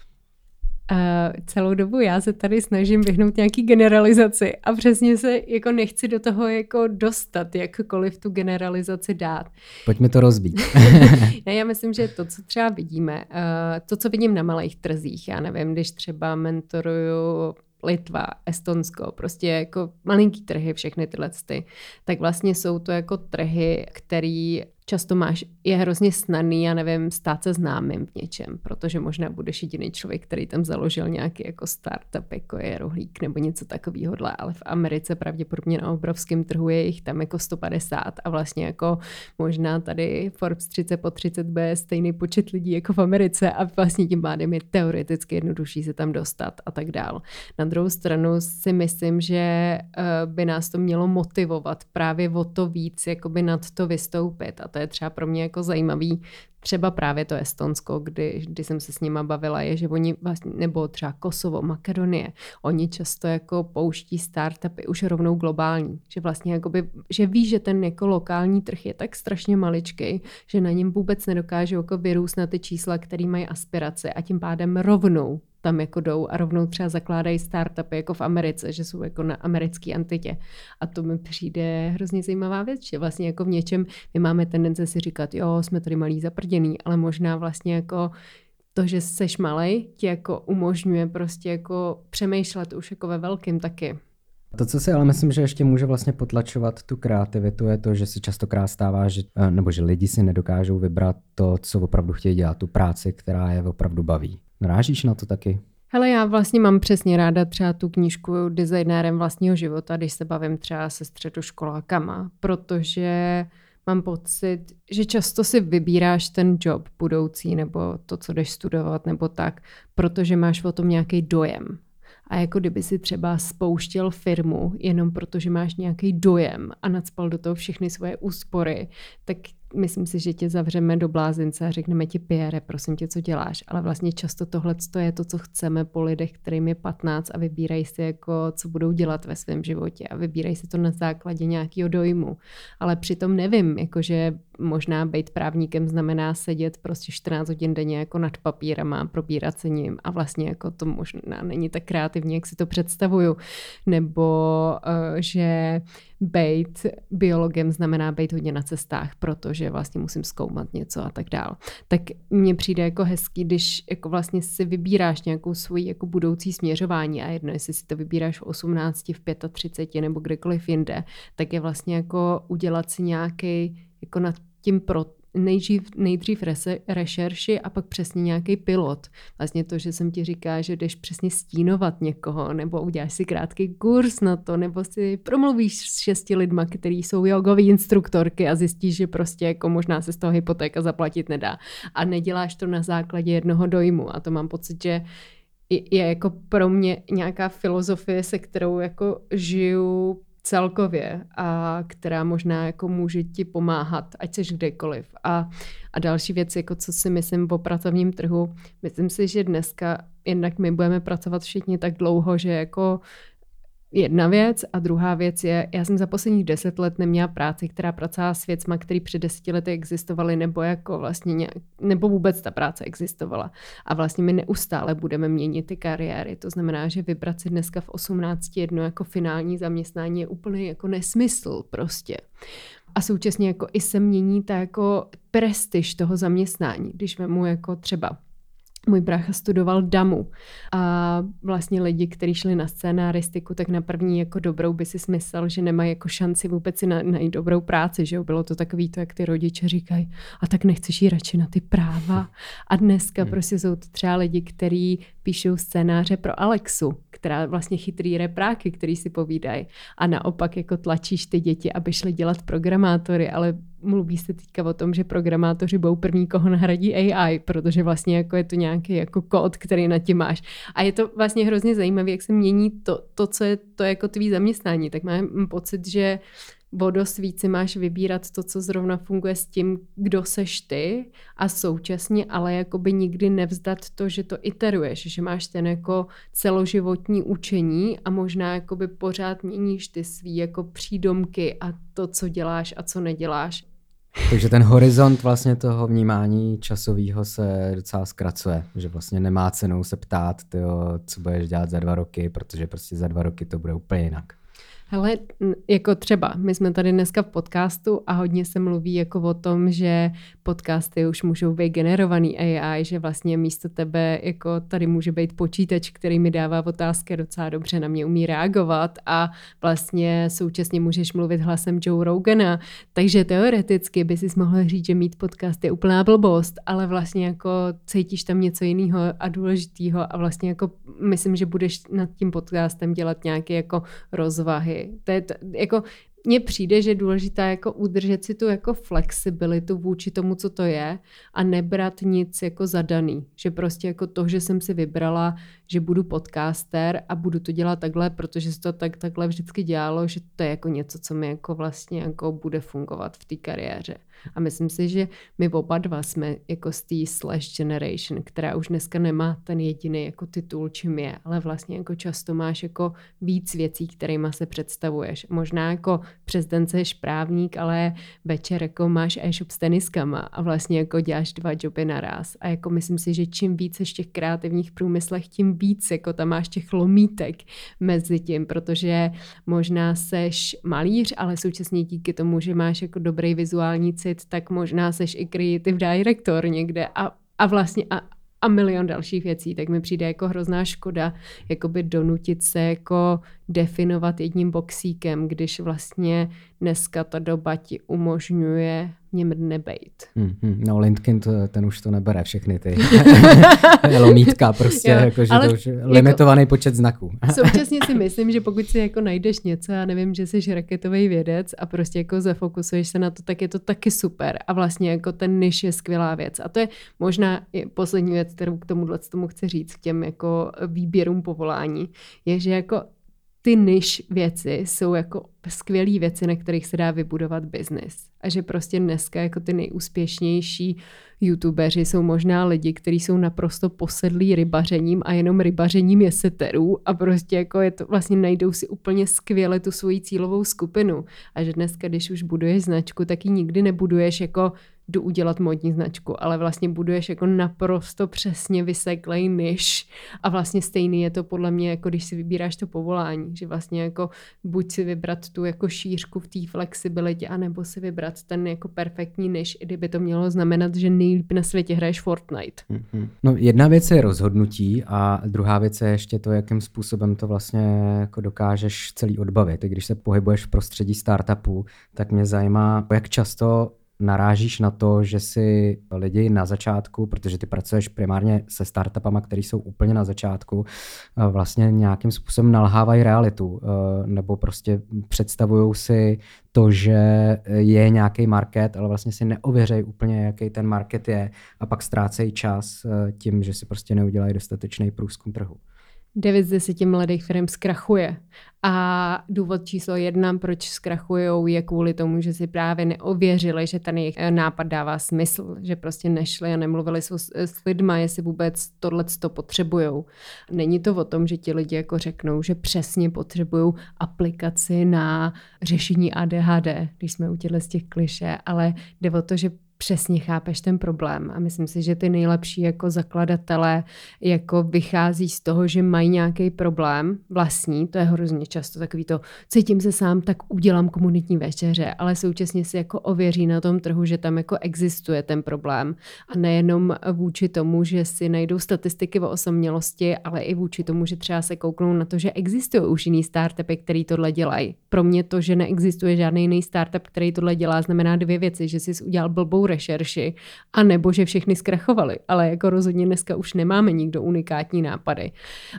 Celou dobu já se tady snažím vyhnout nějaký generalizaci a přesně se jako nechci do toho jako dostat, jakkoliv tu generalizaci dát. Pojďme to rozbít. Ne, já myslím, že to, co třeba vidíme, to, co vidím na malých trzích, já nevím, když třeba mentoruju Litva, Estonsko, prostě jako malinký trhy, všechny tyhle, tak vlastně jsou to jako trhy, který často je hrozně snadný, já nevím, stát se známým v něčem, protože možná budeš jediný člověk, který tam založil nějaký jako startup, jako je Rohlík nebo něco takového, ale v Americe pravděpodobně na obrovském trhu je jich tam jako 150 a vlastně jako možná tady Forbes 30 po 30 bude stejný počet lidí jako v Americe a vlastně tím pádem je teoreticky jednodušší se tam dostat a tak dál. Na druhou stranu si myslím, že by nás to mělo motivovat právě o to víc, jakoby nad to vystoupit a to je třeba pro mě jako zajímavý, třeba právě to Estonsko, kdy jsem se s nima bavila, je, že oni vlastně, nebo třeba Kosovo, Makedonie, oni často jako pouští startupy už rovnou globální, že vlastně jakoby, že ví, že ten jako lokální trh je tak strašně maličkej, že na něm vůbec nedokážou jako vyrůst na ty čísla, který mají aspirace a tím pádem rovnou tam jako jdou a rovnou třeba zakládají startupy jako v Americe, že jsou jako na americké antitě. A to mi přijde hrozně zajímavá věc, že vlastně jako v něčem my máme tendence si říkat, jo, jsme tady malí zaprděný, ale možná vlastně jako to, že seš malej, ti jako umožňuje prostě jako přemýšlet už jako ve velkým taky. To, co si ale myslím, že ještě může vlastně potlačovat tu kreativitu, je to, že se častokrát stává, že lidi si nedokážou vybrat to, co opravdu chtějí dělat, tu práci, která je opravdu baví. Narážíš na to taky? Hele, já vlastně mám přesně ráda třeba tu knížku Designérem vlastního života, když se bavím třeba se středoškolákama, protože mám pocit, že často si vybíráš ten job budoucí nebo to, co jdeš studovat nebo tak, protože máš o tom nějaký dojem. A jako kdyby si třeba spouštěl firmu jenom protože máš nějaký dojem a nacpal do toho všechny svoje úspory, tak myslím si, že tě zavřeme do blázince a řekneme ti, Pierre, prosím tě, co děláš. Ale vlastně často tohle je to, co chceme po lidech, kterým je 15 a vybírají si, jako, co budou dělat ve svém životě a vybírají si to na základě nějakého dojmu. Ale přitom nevím, jakože možná být právníkem znamená sedět prostě 14 hodin denně jako nad papírama, probírat se ním a vlastně jako to možná není tak kreativní, jak si to představuju. Nebo že být biologem znamená být hodně na cestách, protože vlastně musím zkoumat něco a tak dál. Tak mně přijde jako hezký, když jako vlastně si vybíráš nějakou svoji jako budoucí směřování a jedno, jestli si to vybíráš v 18, v 35 nebo kdekoliv jinde, tak je vlastně jako udělat si nějaký jako nad tím nejdřív rešerši a pak přesně nějaký pilot. Vlastně to, že jsem ti říká, že jdeš přesně stínovat někoho, nebo uděláš si krátký kurz na to, nebo si promluvíš s 6 lidma, kteří jsou jogový instruktorky a zjistíš, že prostě jako možná se z toho hypotéka zaplatit nedá. A neděláš to na základě jednoho dojmu. A to mám pocit, že je jako pro mě nějaká filozofie, se kterou jako žiju celkově a která možná jako může ti pomáhat, ať seš kdekoliv. A další věc, jako co si myslím o pracovním trhu, myslím si, že dneska jednak my budeme pracovat všichni tak dlouho, že jako jedna věc a druhá věc je, já jsem za posledních 10 let neměla práci, která pracovala s věcma, které před 10 lety existovaly, nebo jako vlastně nebo vůbec ta práce existovala. A vlastně my neustále budeme měnit ty kariéry. To znamená, že vybrat si dneska v 18 jedno jako finální zaměstnání je úplně jako nesmysl prostě. A současně jako i se mění ta jako prestiž toho zaměstnání. Když vemu jako třeba můj brácha studoval DAMu a vlastně lidi, kteří šli na scénaristiku, tak na první jako dobrou by si smyslel, že nemají jako šanci vůbec si najít dobrou práci, že jo? Bylo to takový to, jak ty rodiče říkají, a tak nechceš jít radši na ty práva. A dneska prostě jsou to třeba lidi, kteří píšou scénáře pro Alexu, která vlastně chytrý repráky, který si povídají. A naopak jako tlačíš ty děti, aby šli dělat programátory, ale mluví se teďka o tom, že programátoři budou první, koho nahradí AI, protože vlastně jako je to nějaký jako kód, který na tím máš. A je to vlastně hrozně zajímavé, jak se mění to, co je to jako tvý zaměstnání. Tak mám pocit, že o dost víc si máš vybírat to, co zrovna funguje s tím, kdo seš ty a současně, ale jakoby nikdy nevzdat to, že to iteruješ, že máš ten jako celoživotní učení a možná jakoby pořád měníš ty svý jako přídomky a to, co děláš a co neděláš. Takže ten horizont vlastně toho vnímání časového se docela zkracuje, že vlastně nemá cenu se ptát, tyjo, co budeš dělat za 2 roky, protože prostě za 2 roky to bude úplně jinak. Hele, jako třeba, my jsme tady dneska v podcastu a hodně se mluví jako o tom, že podcasty už můžou být generovaný AI, že vlastně místo tebe jako tady může být počítač, který mi dává otázky, docela dobře na mě umí reagovat a vlastně současně můžeš mluvit hlasem Joe Rogana, takže teoreticky by si mohl říct, že mít podcast je úplná blbost, ale vlastně jako cítíš tam něco jiného a důležitého a vlastně jako myslím, že budeš nad tím podcastem dělat nějaké jako rozvahy. To je jako mně přijde, že je důležitá jako udržet si tu jako flexibilitu vůči tomu, co to je a nebrat nic jako zadaný. Že prostě jako to, že jsem si vybrala, že budu podcaster a budu to dělat takhle, protože se to takhle vždycky dělalo, že to je jako něco, co mi jako vlastně jako bude fungovat v té kariéře. A myslím si, že my oba dva jsme jako z té slash generation, která už dneska nemá ten jediný jako titul, čím je, ale vlastně jako často máš jako víc věcí, kterýma se představuješ. Možná jako přes den seš právník, ale večer jako máš e-shop s teniskama a vlastně jako děláš 2 joby naraz. A jako myslím si, že čím víc seš v těch kreativních průmyslech, tím víc jako tam máš těch lomítek mezi tím, protože možná seš malíř, ale současně díky tomu, že máš jako dobrý vizuální cit, tak možná seš i creative director někde a vlastně a milion dalších věcí, tak mi přijde jako hrozná škoda jakoby donutit se jako definovat jedním boxíkem, když vlastně dneska ta doba ti umožňuje v něm nebejt. No LinkedIn ten už to nebere všechny ty lomítka prostě, jakože to už je limitovaný počet znaků. Současně si myslím, že pokud si jako najdeš něco, já nevím, že jsi raketový vědec a prostě jako zafokusuješ se na to, tak je to taky super a vlastně jako ten niž je skvělá věc. A to je možná poslední věc, kterou k tomu chci říct, k těm jako výběrům povolání, je, že jako ty niž věci jsou jako skvělý věci, na kterých se dá vybudovat biznis. A že prostě dneska jako ty nejúspěšnější youtubeři jsou možná lidi, kteří jsou naprosto posedlí rybařením a jenom rybařením je seterů a prostě jako je to vlastně najdou si úplně skvěle tu svoji cílovou skupinu. A že dneska, když už buduješ značku, tak ji nikdy nebuduješ jako jdu udělat modní značku, ale vlastně buduješ jako naprosto přesně vyseklej niž a vlastně stejný je to podle mě, jako když si vybíráš to povolání, že vlastně jako buď si vybrat tu jako šířku v té flexibilitě, anebo si vybrat ten jako perfektní niž, i kdyby to mělo znamenat, že nejlíp na světě hraješ Fortnite. No jedna věc je rozhodnutí a druhá věc je ještě to, jakým způsobem to vlastně jako dokážeš celý odbavit. Když se pohybuješ v prostředí startupů, tak mě zajímá, jak často narážíš na to, že si lidi na začátku, protože ty pracuješ primárně se startupama, které jsou úplně na začátku, vlastně nějakým způsobem nalhávají realitu, nebo prostě představují si to, že je nějaký market, ale vlastně si neověřejí úplně, jaký ten market je a pak ztrácejí čas tím, že si prostě neudělají dostatečný průzkum trhu. 9 z 10 mladých firm zkrachuje. A důvod číslo 1, proč zkrachujou, je kvůli tomu, že si právě neověřili, že ten jejich nápad dává smysl, že prostě nešli a nemluvili s lidma, jestli vůbec tohleto potřebujou. Není to o tom, že ti lidi jako řeknou, že přesně potřebují aplikaci na řešení ADHD, když jsme u z těch klišé, ale jde o to, že přesně chápeš ten problém a myslím si, že ty nejlepší jako zakladatelé jako vychází z toho, že mají nějaký problém vlastní, to je hrozně často takový to, cítím se sám, tak udělám komunitní večeře, ale současně si jako ověří na tom trhu, že tam jako existuje ten problém a nejenom vůči tomu, že si najdou statistiky o osamělosti, ale i vůči tomu, že třeba se kouknou na to, že existují už jiný startupy, který tohle dělají. Pro mě to, že neexistuje žádný jiný startup, který tohle dělá, znamená 2 věci, že jsi udělal blbou rešerši, a nebo že všechny zkrachovali. Ale jako rozhodně dneska už nemáme nikdo unikátní nápady.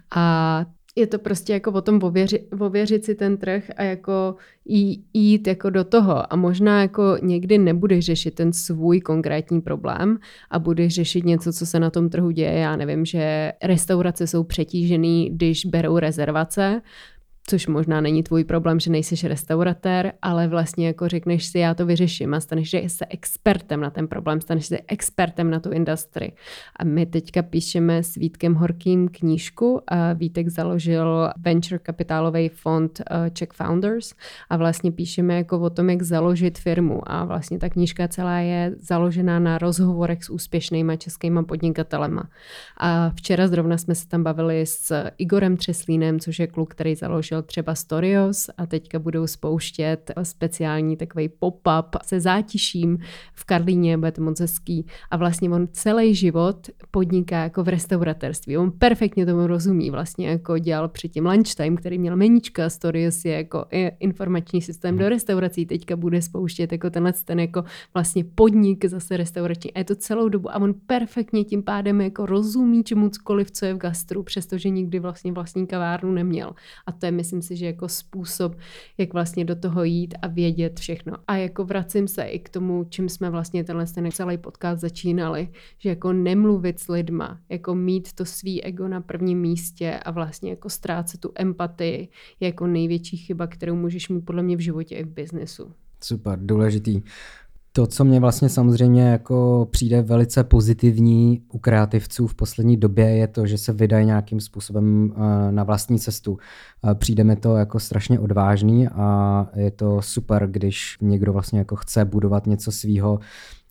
A je to prostě jako o tom ověřit si ten trh a jako jít jako do toho. A možná jako někdy nebudeš řešit ten svůj konkrétní problém a budeš řešit něco, co se na tom trhu děje. Já nevím, že restaurace jsou přetížený, když berou rezervace, což možná není tvůj problém, že nejsiš restauratér, ale vlastně jako řekneš si, já to vyřeším a staneš se expertem na ten problém, staneš se expertem na tu industrii. A my teďka píšeme s Vítkem Horkým knížku a Vítek založil venture kapitálový fond Czech Founders a vlastně píšeme jako o tom, jak založit firmu a vlastně ta knížka celá je založená na rozhovorech s úspěšnýma českýma podnikatelema. A včera zrovna jsme se tam bavili s Igorem Třeslínem, což je kluk, který založil třeba Storios a teďka budou spouštět speciální takovej pop-up se zátiším v Karlíně, bude to moc hezký. A vlastně on celý život podniká jako v restauratérství. On perfektně tomu rozumí. Vlastně jako dělal předtím Lunchtime, který měl meníčka. Storios je jako informační systém do restaurací. Teďka bude spouštět jako ten jako vlastně podnik zase restaurační. A je to celou dobu. A on perfektně tím pádem jako rozumí čemukoliv, co je v gastru, přestože nikdy vlastně vlastní kavárnu neměl. A to je, myslím si, že jako způsob, jak vlastně do toho jít a vědět všechno. A jako vracím se i k tomu, čím jsme vlastně ten celý podcast začínali, že jako nemluvit s lidma, jako mít to svý ego na prvním místě a vlastně jako ztrácet tu empatii je jako největší chyba, kterou můžeš mít podle mě v životě i v biznesu. Super, důležitý. To, co mě vlastně samozřejmě jako přijde velice pozitivní u kreativců v poslední době, je to, že se vydají nějakým způsobem na vlastní cestu. Přijde mi to jako strašně odvážný a je to super, když někdo vlastně jako chce budovat něco svýho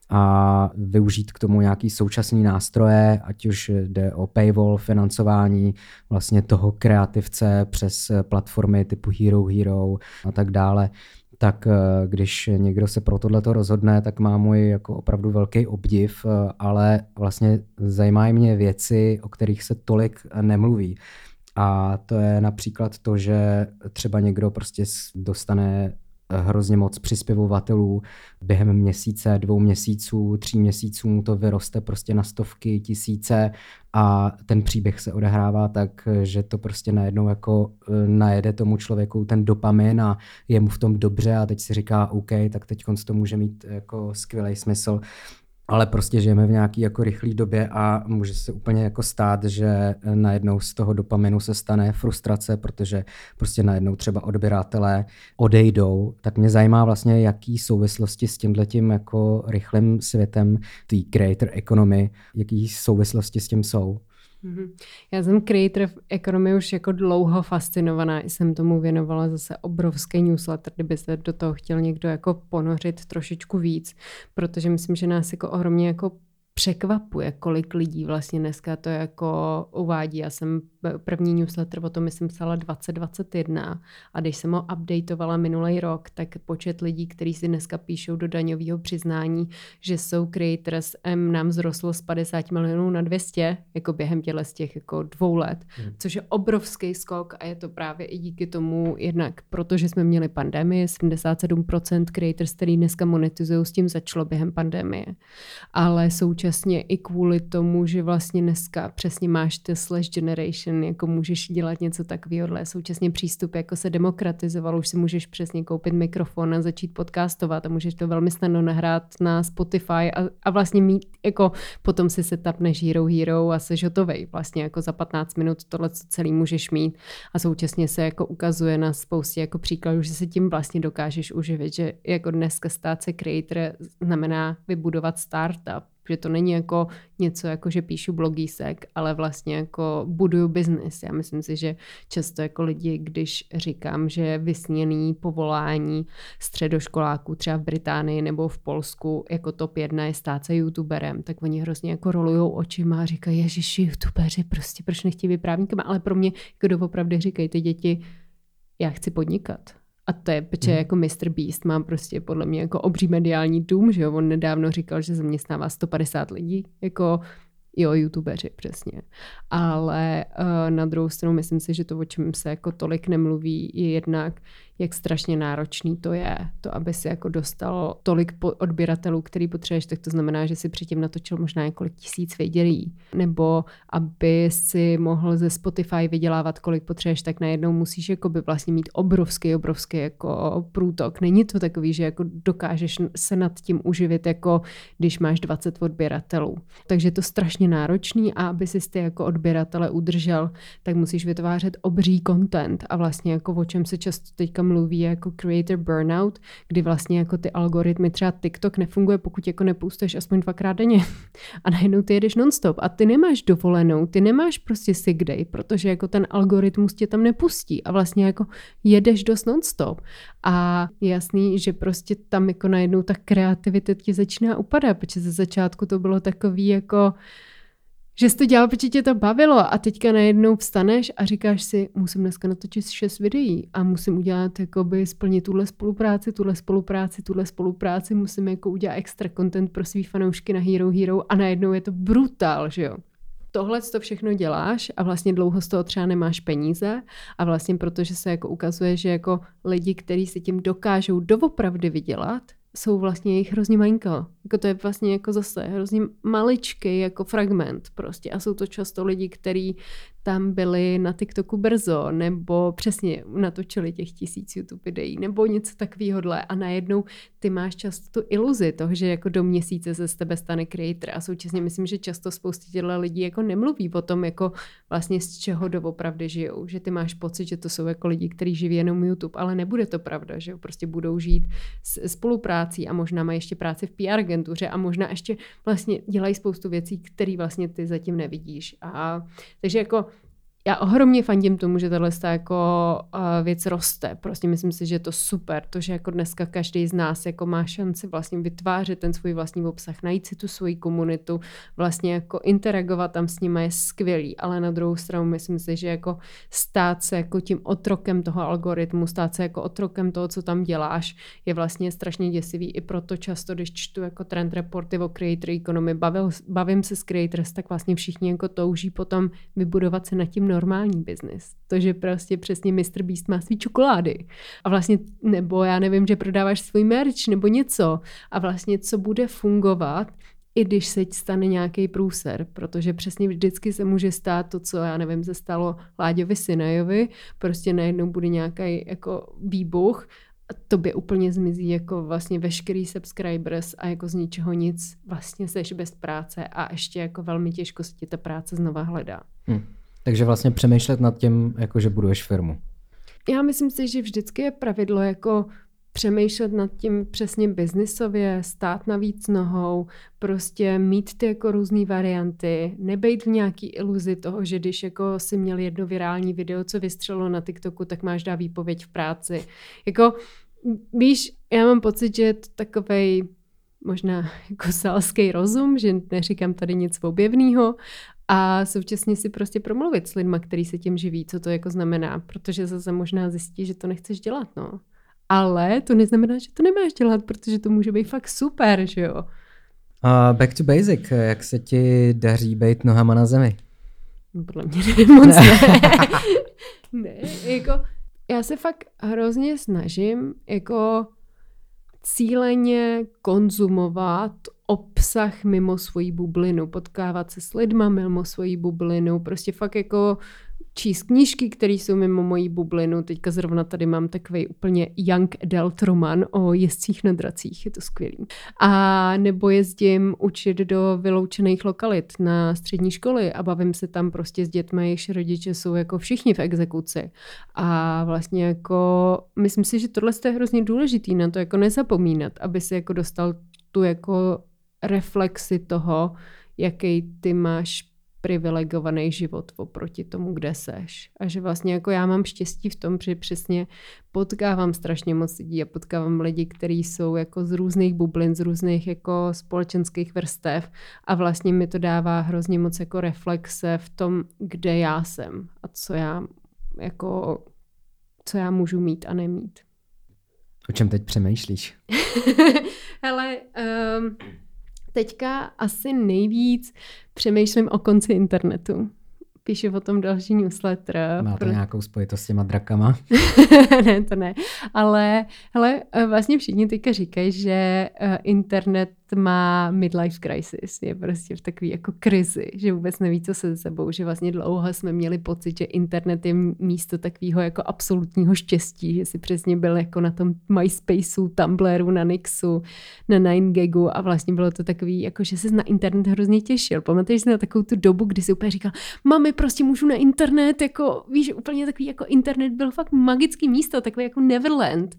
a využít k tomu nějaký současný nástroje, ať už jde o paywall, financování vlastně toho kreativce přes platformy typu Hero a tak dále. Tak když někdo se pro tohleto rozhodne, tak má můj jako opravdu velký obdiv, ale vlastně zajímají mě věci, o kterých se tolik nemluví. A to je například to, že třeba někdo prostě dostane hrozně moc přispěvovatelů během měsíce, 2 měsíců, 3 měsíců mu to vyroste prostě na stovky, tisíce a ten příběh se odehrává tak, že to prostě najednou jako najede tomu člověku ten dopamin a je mu v tom dobře a teď si říká OK, tak teď to může mít jako skvělý smysl. Ale prostě žijeme v nějaký jako rychlý době a může se úplně jako stát, že najednou z toho dopaminu se stane frustrace, protože prostě najednou třeba odběratelé odejdou. Tak mě zajímá vlastně, jaký souvislosti s tímhletím jako rychlým světem té creator economy, jaký souvislosti s tím jsou. Já jsem creator economy už jako dlouho fascinovaná. Jsem tomu věnovala zase obrovský newsletter, kdyby se do toho chtěl někdo jako ponořit trošičku víc, protože myslím, že nás jako ohromně jako překvapuje, kolik lidí vlastně dneska to jako uvádí. Já jsem první newsletter o tom, myslím, psala 2021 a když jsem ho updateovala minulý rok, tak počet lidí, kteří si dneska píšou do daňového přiznání, že jsou creators, nám vzrostlo z 50 milionů na 200, jako během těch jako 2 let, což je obrovský skok a je to právě i díky tomu jednak, protože jsme měli pandemii, 77% creators, který dneska monetizují, s tím začalo během pandemie, ale současně i kvůli tomu, že vlastně dneska přesně máš ty slash generation, jako můžeš dělat něco takového, současně přístup jako se demokratizoval, už si můžeš přesně koupit mikrofon a začít podcastovat a můžeš to velmi snadno nahrát na Spotify a vlastně mít, jako potom si setupneš Hero a seš hotovej, vlastně jako za 15 minut tohle celý můžeš mít a současně se jako ukazuje na spoustě jako příkladů, že se tím vlastně dokážeš uživit, že jako dneska stát se creator znamená vybudovat startup, že to není jako něco jako, že píšu blogísek, ale vlastně jako buduju biznis. Já myslím si, že často jako lidi, když říkám, že vysněný povolání středoškoláků třeba v Británii nebo v Polsku jako top 1 je stát se youtuberem, tak oni hrozně jako rolujou očima a říkají, ježiši, youtubeři, prostě proč nechtějí být právníkama, ale pro mě jako doopravdy říkají ty děti, já chci podnikat. A to je, protože jako Mr. Beast má prostě podle mě jako obří mediální dům, že jo, on nedávno říkal, že zaměstnává 150 lidí, jako jo, youtubeři, přesně. Ale na druhou stranu myslím si, že to, o čem se jako tolik nemluví, je jednak, jak strašně náročný to je, to, aby si jako dostalo tolik odběratelů, který potřebuješ, tak to znamená, že si předtím natočil možná několik 1000 videí, nebo aby si mohl ze Spotify vydělávat, kolik potřebuješ, tak najednou musíš jakoby vlastně mít obrovský jako průtok. Není to takový, že jako dokážeš se nad tím uživit, jako když máš 20 odběratelů. Takže to strašně náročný a aby si ty jako odběratele udržel, tak musíš vytvářet obří content a vlastně jako o čem se často teďka mluví jako creator burnout, kdy vlastně jako ty algoritmy, třeba TikTok nefunguje, pokud jako nepustuješ aspoň 2krát denně a najednou ty jedeš nonstop a ty nemáš dovolenou, ty nemáš prostě sick day, protože jako ten algoritmus tě tam nepustí a vlastně jako jedeš dost nonstop a je jasný, že prostě tam jako najednou ta kreativita ti začíná upadat, protože ze začátku to bylo takový jako že jsi to dělal, protože tě to bavilo a teďka najednou vstaneš a říkáš si, musím dneska natočit 6 videí a musím udělat, jakoby splnit tuhle spolupráci, musím jako udělat extra content pro svý fanoušky na Hero a najednou je to brutál, že jo. Tohle to všechno děláš a vlastně dlouho z toho třeba nemáš peníze a vlastně protože se jako ukazuje, že jako lidi, kteří si tím dokážou doopravdy vydělat, jsou vlastně jejich hrozně malinko. Jako to je vlastně jako zase hrozně maličký jako fragment prostě a jsou to často lidi, kteří tam byli na TikToku brzo nebo přesně natočili těch 1000 YouTube videí nebo něco takovýhodle a najednou ty máš často tu iluzi toho, že jako do měsíce se z tebe stane creator a současně myslím, že často spoustě těchto lidí jako nemluví o tom, jako vlastně z čeho doopravdy žijou, že ty máš pocit, že to jsou jako lidi, kteří živí jenom YouTube, ale nebude to pravda, že prostě budou žít s spoluprácí a možná mají ještě práci v PR agentuře a možná ještě vlastně dělají spoustu věcí, které vlastně ty zatím nevidíš. Takže jako já ohromně fandím tomu, že tahle jako věc roste. Prostě myslím si, že je to super. To, že jako dneska každý z nás jako má šanci vlastně vytvářet ten svůj vlastní obsah, najít si tu svoji komunitu, vlastně jako interagovat tam s nimi je skvělý. Ale na druhou stranu myslím si, že jako stát se jako tím otrokem toho algoritmu, stát se jako otrokem toho, co tam děláš, je vlastně strašně děsivý. I proto často, když čtu jako trend reporty o creator economy, bavím se s creators, tak vlastně všichni jako touží potom vybudovat se nad tím normální biznis. To, že prostě přesně Mr. Beast má svý čokolády. A vlastně, nebo já nevím, že prodáváš svůj merch nebo něco. A vlastně, co bude fungovat, i když se stane nějaký průser. Protože přesně vždycky se může stát to, co, já nevím, se stalo Láďovi Sinajovi. Prostě najednou bude nějaký jako výbuch a tobě úplně zmizí jako vlastně veškerý subscribers a jako z ničeho nic vlastně seš bez práce a ještě jako velmi těžko se ti ta práce znova hledá. Takže vlastně přemýšlet nad tím, jako že buduješ firmu. Já myslím si, že vždycky je pravidlo jako přemýšlet nad tím přesně biznisově, stát na víc nohou, prostě mít ty jako různý varianty, nebejt v nějaký iluzi toho, že když jako si měl jedno virální video, co vystřelilo na TikToku, tak máš dát výpověď v práci. Jako, víš, já mám pocit, že je to takovej možná jako selský rozum, že neříkám tady nic objevného a současně si prostě promluvit s lidma, který se tím živí, co to jako znamená, protože zase možná zjistí, že to nechceš dělat, no. Ale to neznamená, že to nemáš dělat, protože to může být fakt super, že jo. Back to basic, jak se ti daří být nohama na zemi? Podle mě moc ne. Ne, jako já se fakt hrozně snažím jako cíleně konzumovat obsah mimo svoji bublinu, potkávat se s lidma mimo svoji bublinu, prostě fakt jako číst knížky, které jsou mimo moji bublinu. Teďka zrovna tady mám takový úplně young adult roman o jezdcích na dracích, je to skvělý. A nebo jezdím učit do vyloučených lokalit na střední školy a bavím se tam prostě s dětmi, jejichž rodiče jsou jako všichni v exekuci. A vlastně jako myslím si, že tohle je hrozně důležitý na to jako nezapomínat, aby si jako dostal tu jako reflexi toho, jaký ty máš privilegovaný život oproti tomu, kde seš. A že vlastně jako já mám štěstí v tom, že přesně potkávám strašně moc lidí a potkávám lidi, kteří jsou jako z různých bublin, z různých jako společenských vrstev a vlastně mi to dává hrozně moc jako reflexe v tom, kde já jsem a co já můžu mít a nemít. O čem teď přemýšlíš? Hele, teďka asi nejvíc přemýšlím o konci internetu. Píšu o tom další newsletter. Má to nějakou spojitost s těma drakama? Ne, to ne. Ale hele, vlastně všichni teďka říkají, že internet má midlife crisis. Je prostě v takové jako krizi, že vůbec neví, co se sebou. Že vlastně dlouho jsme měli pocit, že internet je místo takového jako absolutního štěstí. Že si přesně byl jako na tom MySpaceu, Tumblru, na Nixu, na 9gagu a vlastně bylo to takový, jako že se na internet hrozně těšil. Pamatuješ si na takovou tu dobu, kdy si úplně říkal, mami, prostě můžu na internet, jako víš, úplně takový jako internet byl fakt magický místo, takový jako Neverland.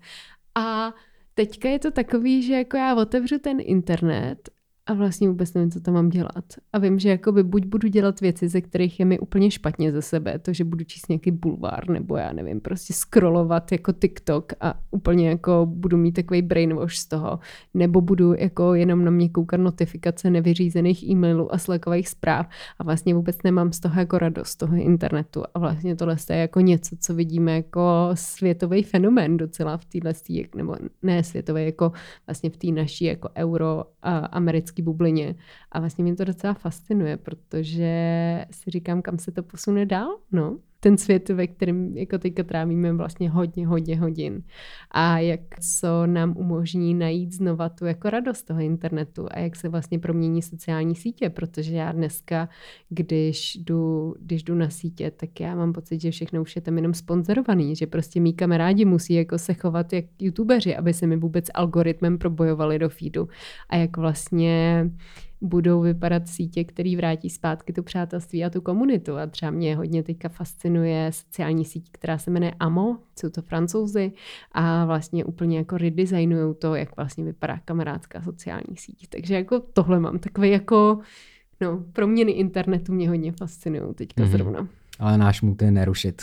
A teďka je to takový, že jako já otevřu ten internet a vlastně vůbec nevím, co tam mám dělat. A vím, že jakoby buď budu dělat věci, ze kterých je mi úplně špatně ze sebe, to, že budu číst nějaký bulvár, nebo já nevím, prostě scrollovat jako TikTok a úplně jako budu mít takový brainwash z toho, nebo budu jako jenom na mě koukat notifikace nevyřízených e-mailů a slackových zpráv a vlastně vůbec nemám z toho jako radost, z toho internetu. A vlastně tohle je jako něco, co vidíme jako světový fenomén docela v téhle, nebo ne světový, jako vlastně v té naší jako euroamerické bublině. A vlastně mě to docela fascinuje, protože si říkám, kam se to posune dál, no. Ten svět, ve kterém jako teďka trávíme vlastně hodně hodin. A jak co nám umožní najít znova tu jako radost toho internetu a jak se vlastně promění sociální sítě, protože já dneska, když jdu na sítě, tak já mám pocit, že všechno už je tam jenom sponzorovaný, že prostě mý kamarádi musí jako se chovat jak youtubeři, aby se mi vůbec algoritmem probojovali do feedu. A jak vlastně budou vypadat sítě, které vrátí zpátky tu přátelství a tu komunitu. A třeba mě hodně teďka fascinuje sociální síť, která se jmenuje Amo, jsou to Francouzi a vlastně úplně jako redesignujou to, jak vlastně vypadá kamarádská sociální síť. Takže jako tohle mám takové jako proměny internetu mě hodně fascinují teďka zrovna. Ale náš mood je nerušit.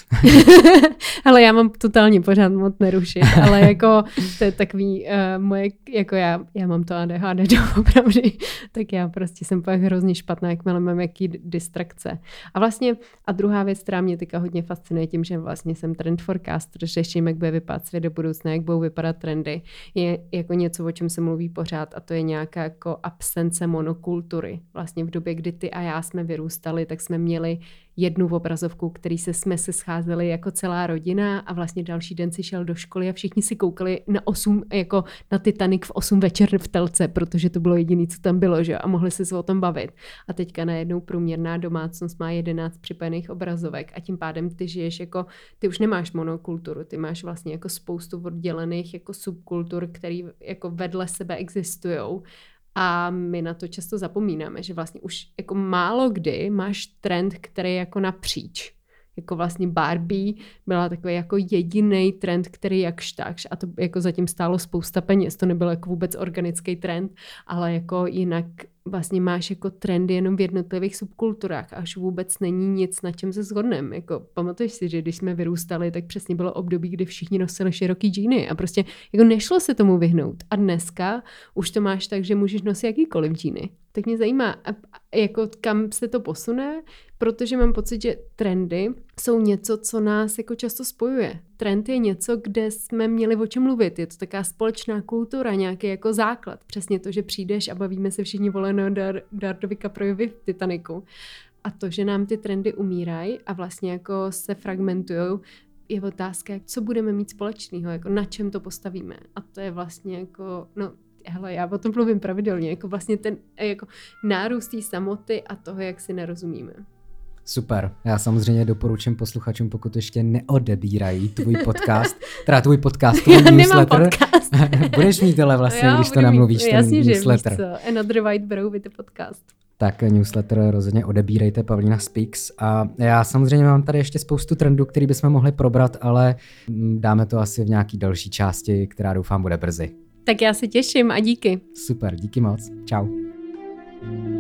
Ale já mám totálně pořád moc nerušit, ale jako to je takový moje, jako já mám to ADHD doopravdy, tak já prostě jsem pak hrozně špatná, jakmile mám jaký distrakce. A vlastně, a druhá věc, která mě teďka hodně fascinuje tím, že vlastně jsem trend forecaster, řeším, jak bude vypadat svět do budoucna, jak budou vypadat trendy, je jako něco, o čem se mluví pořád a to je nějaká jako absence monokultury. Vlastně v době, kdy ty a já jsme vyrůstali, tak jsme měli jednu obrazovku, který jsme se scházeli jako celá rodina a vlastně další den si šel do školy a všichni si koukali na 8, jako na Titanic v 8 večer v telce, protože to bylo jediné, co tam bylo, že? A mohli se o tom bavit. A teďka najednou průměrná domácnost má 11 připojených obrazovek a tím pádem ty žiješ jako, ty už nemáš monokulturu, ty máš vlastně jako spoustu oddělených jako subkultur, které jako vedle sebe existujou. A my na to často zapomínáme, že vlastně už jako málo kdy máš trend, který je jako napříč. Jako vlastně Barbie byla takový jako jediný trend, který jakž takž a to jako zatím stálo spousta peněz. To nebyl jako vůbec organický trend, ale jako jinak vlastně máš jako trendy jenom v jednotlivých subkulturách a až vůbec není nic, na čem se shodneme. Jako pamatuješ si, že když jsme vyrůstali, tak přesně bylo období, kdy všichni nosili široký džíny a prostě jako nešlo se tomu vyhnout. A dneska už to máš tak, že můžeš nosit jakýkoliv džíny. Tak mě zajímá, jako kam se to posune, protože mám pocit, že trendy jsou něco, co nás jako často spojuje. Trend je něco, kde jsme měli o čem mluvit. Je to taková společná kultura, nějaký jako základ. Přesně to, že přijdeš a bavíme se všichni o Leonardovi Caprovi v Titaniku. A to, že nám ty trendy umírají a vlastně jako se fragmentujou, je otázka, co budeme mít společného, jako na čem to postavíme. A to je vlastně jako, hele, já o tom mluvím pravidelně, jako vlastně ten jako nárůst té samoty a toho, jak si nerozumíme. Super. Já samozřejmě doporučím posluchačům, pokud ještě neodebírají tvůj podcast, tvůj newsletter. Nemám podcast. Budeš mít ale vlastně, když to namluvíš, ten jasně, newsletter. Jasně, že víš co, Another White Bro with the podcast. Tak newsletter rozhodně odebírejte, Pavlína Speaks. A já samozřejmě mám tady ještě spoustu trendů, který bychom mohli probrat, ale dáme to asi v nějaký další části, která doufám bude brzy. Tak já se těším a díky. Super, díky moc. Čau.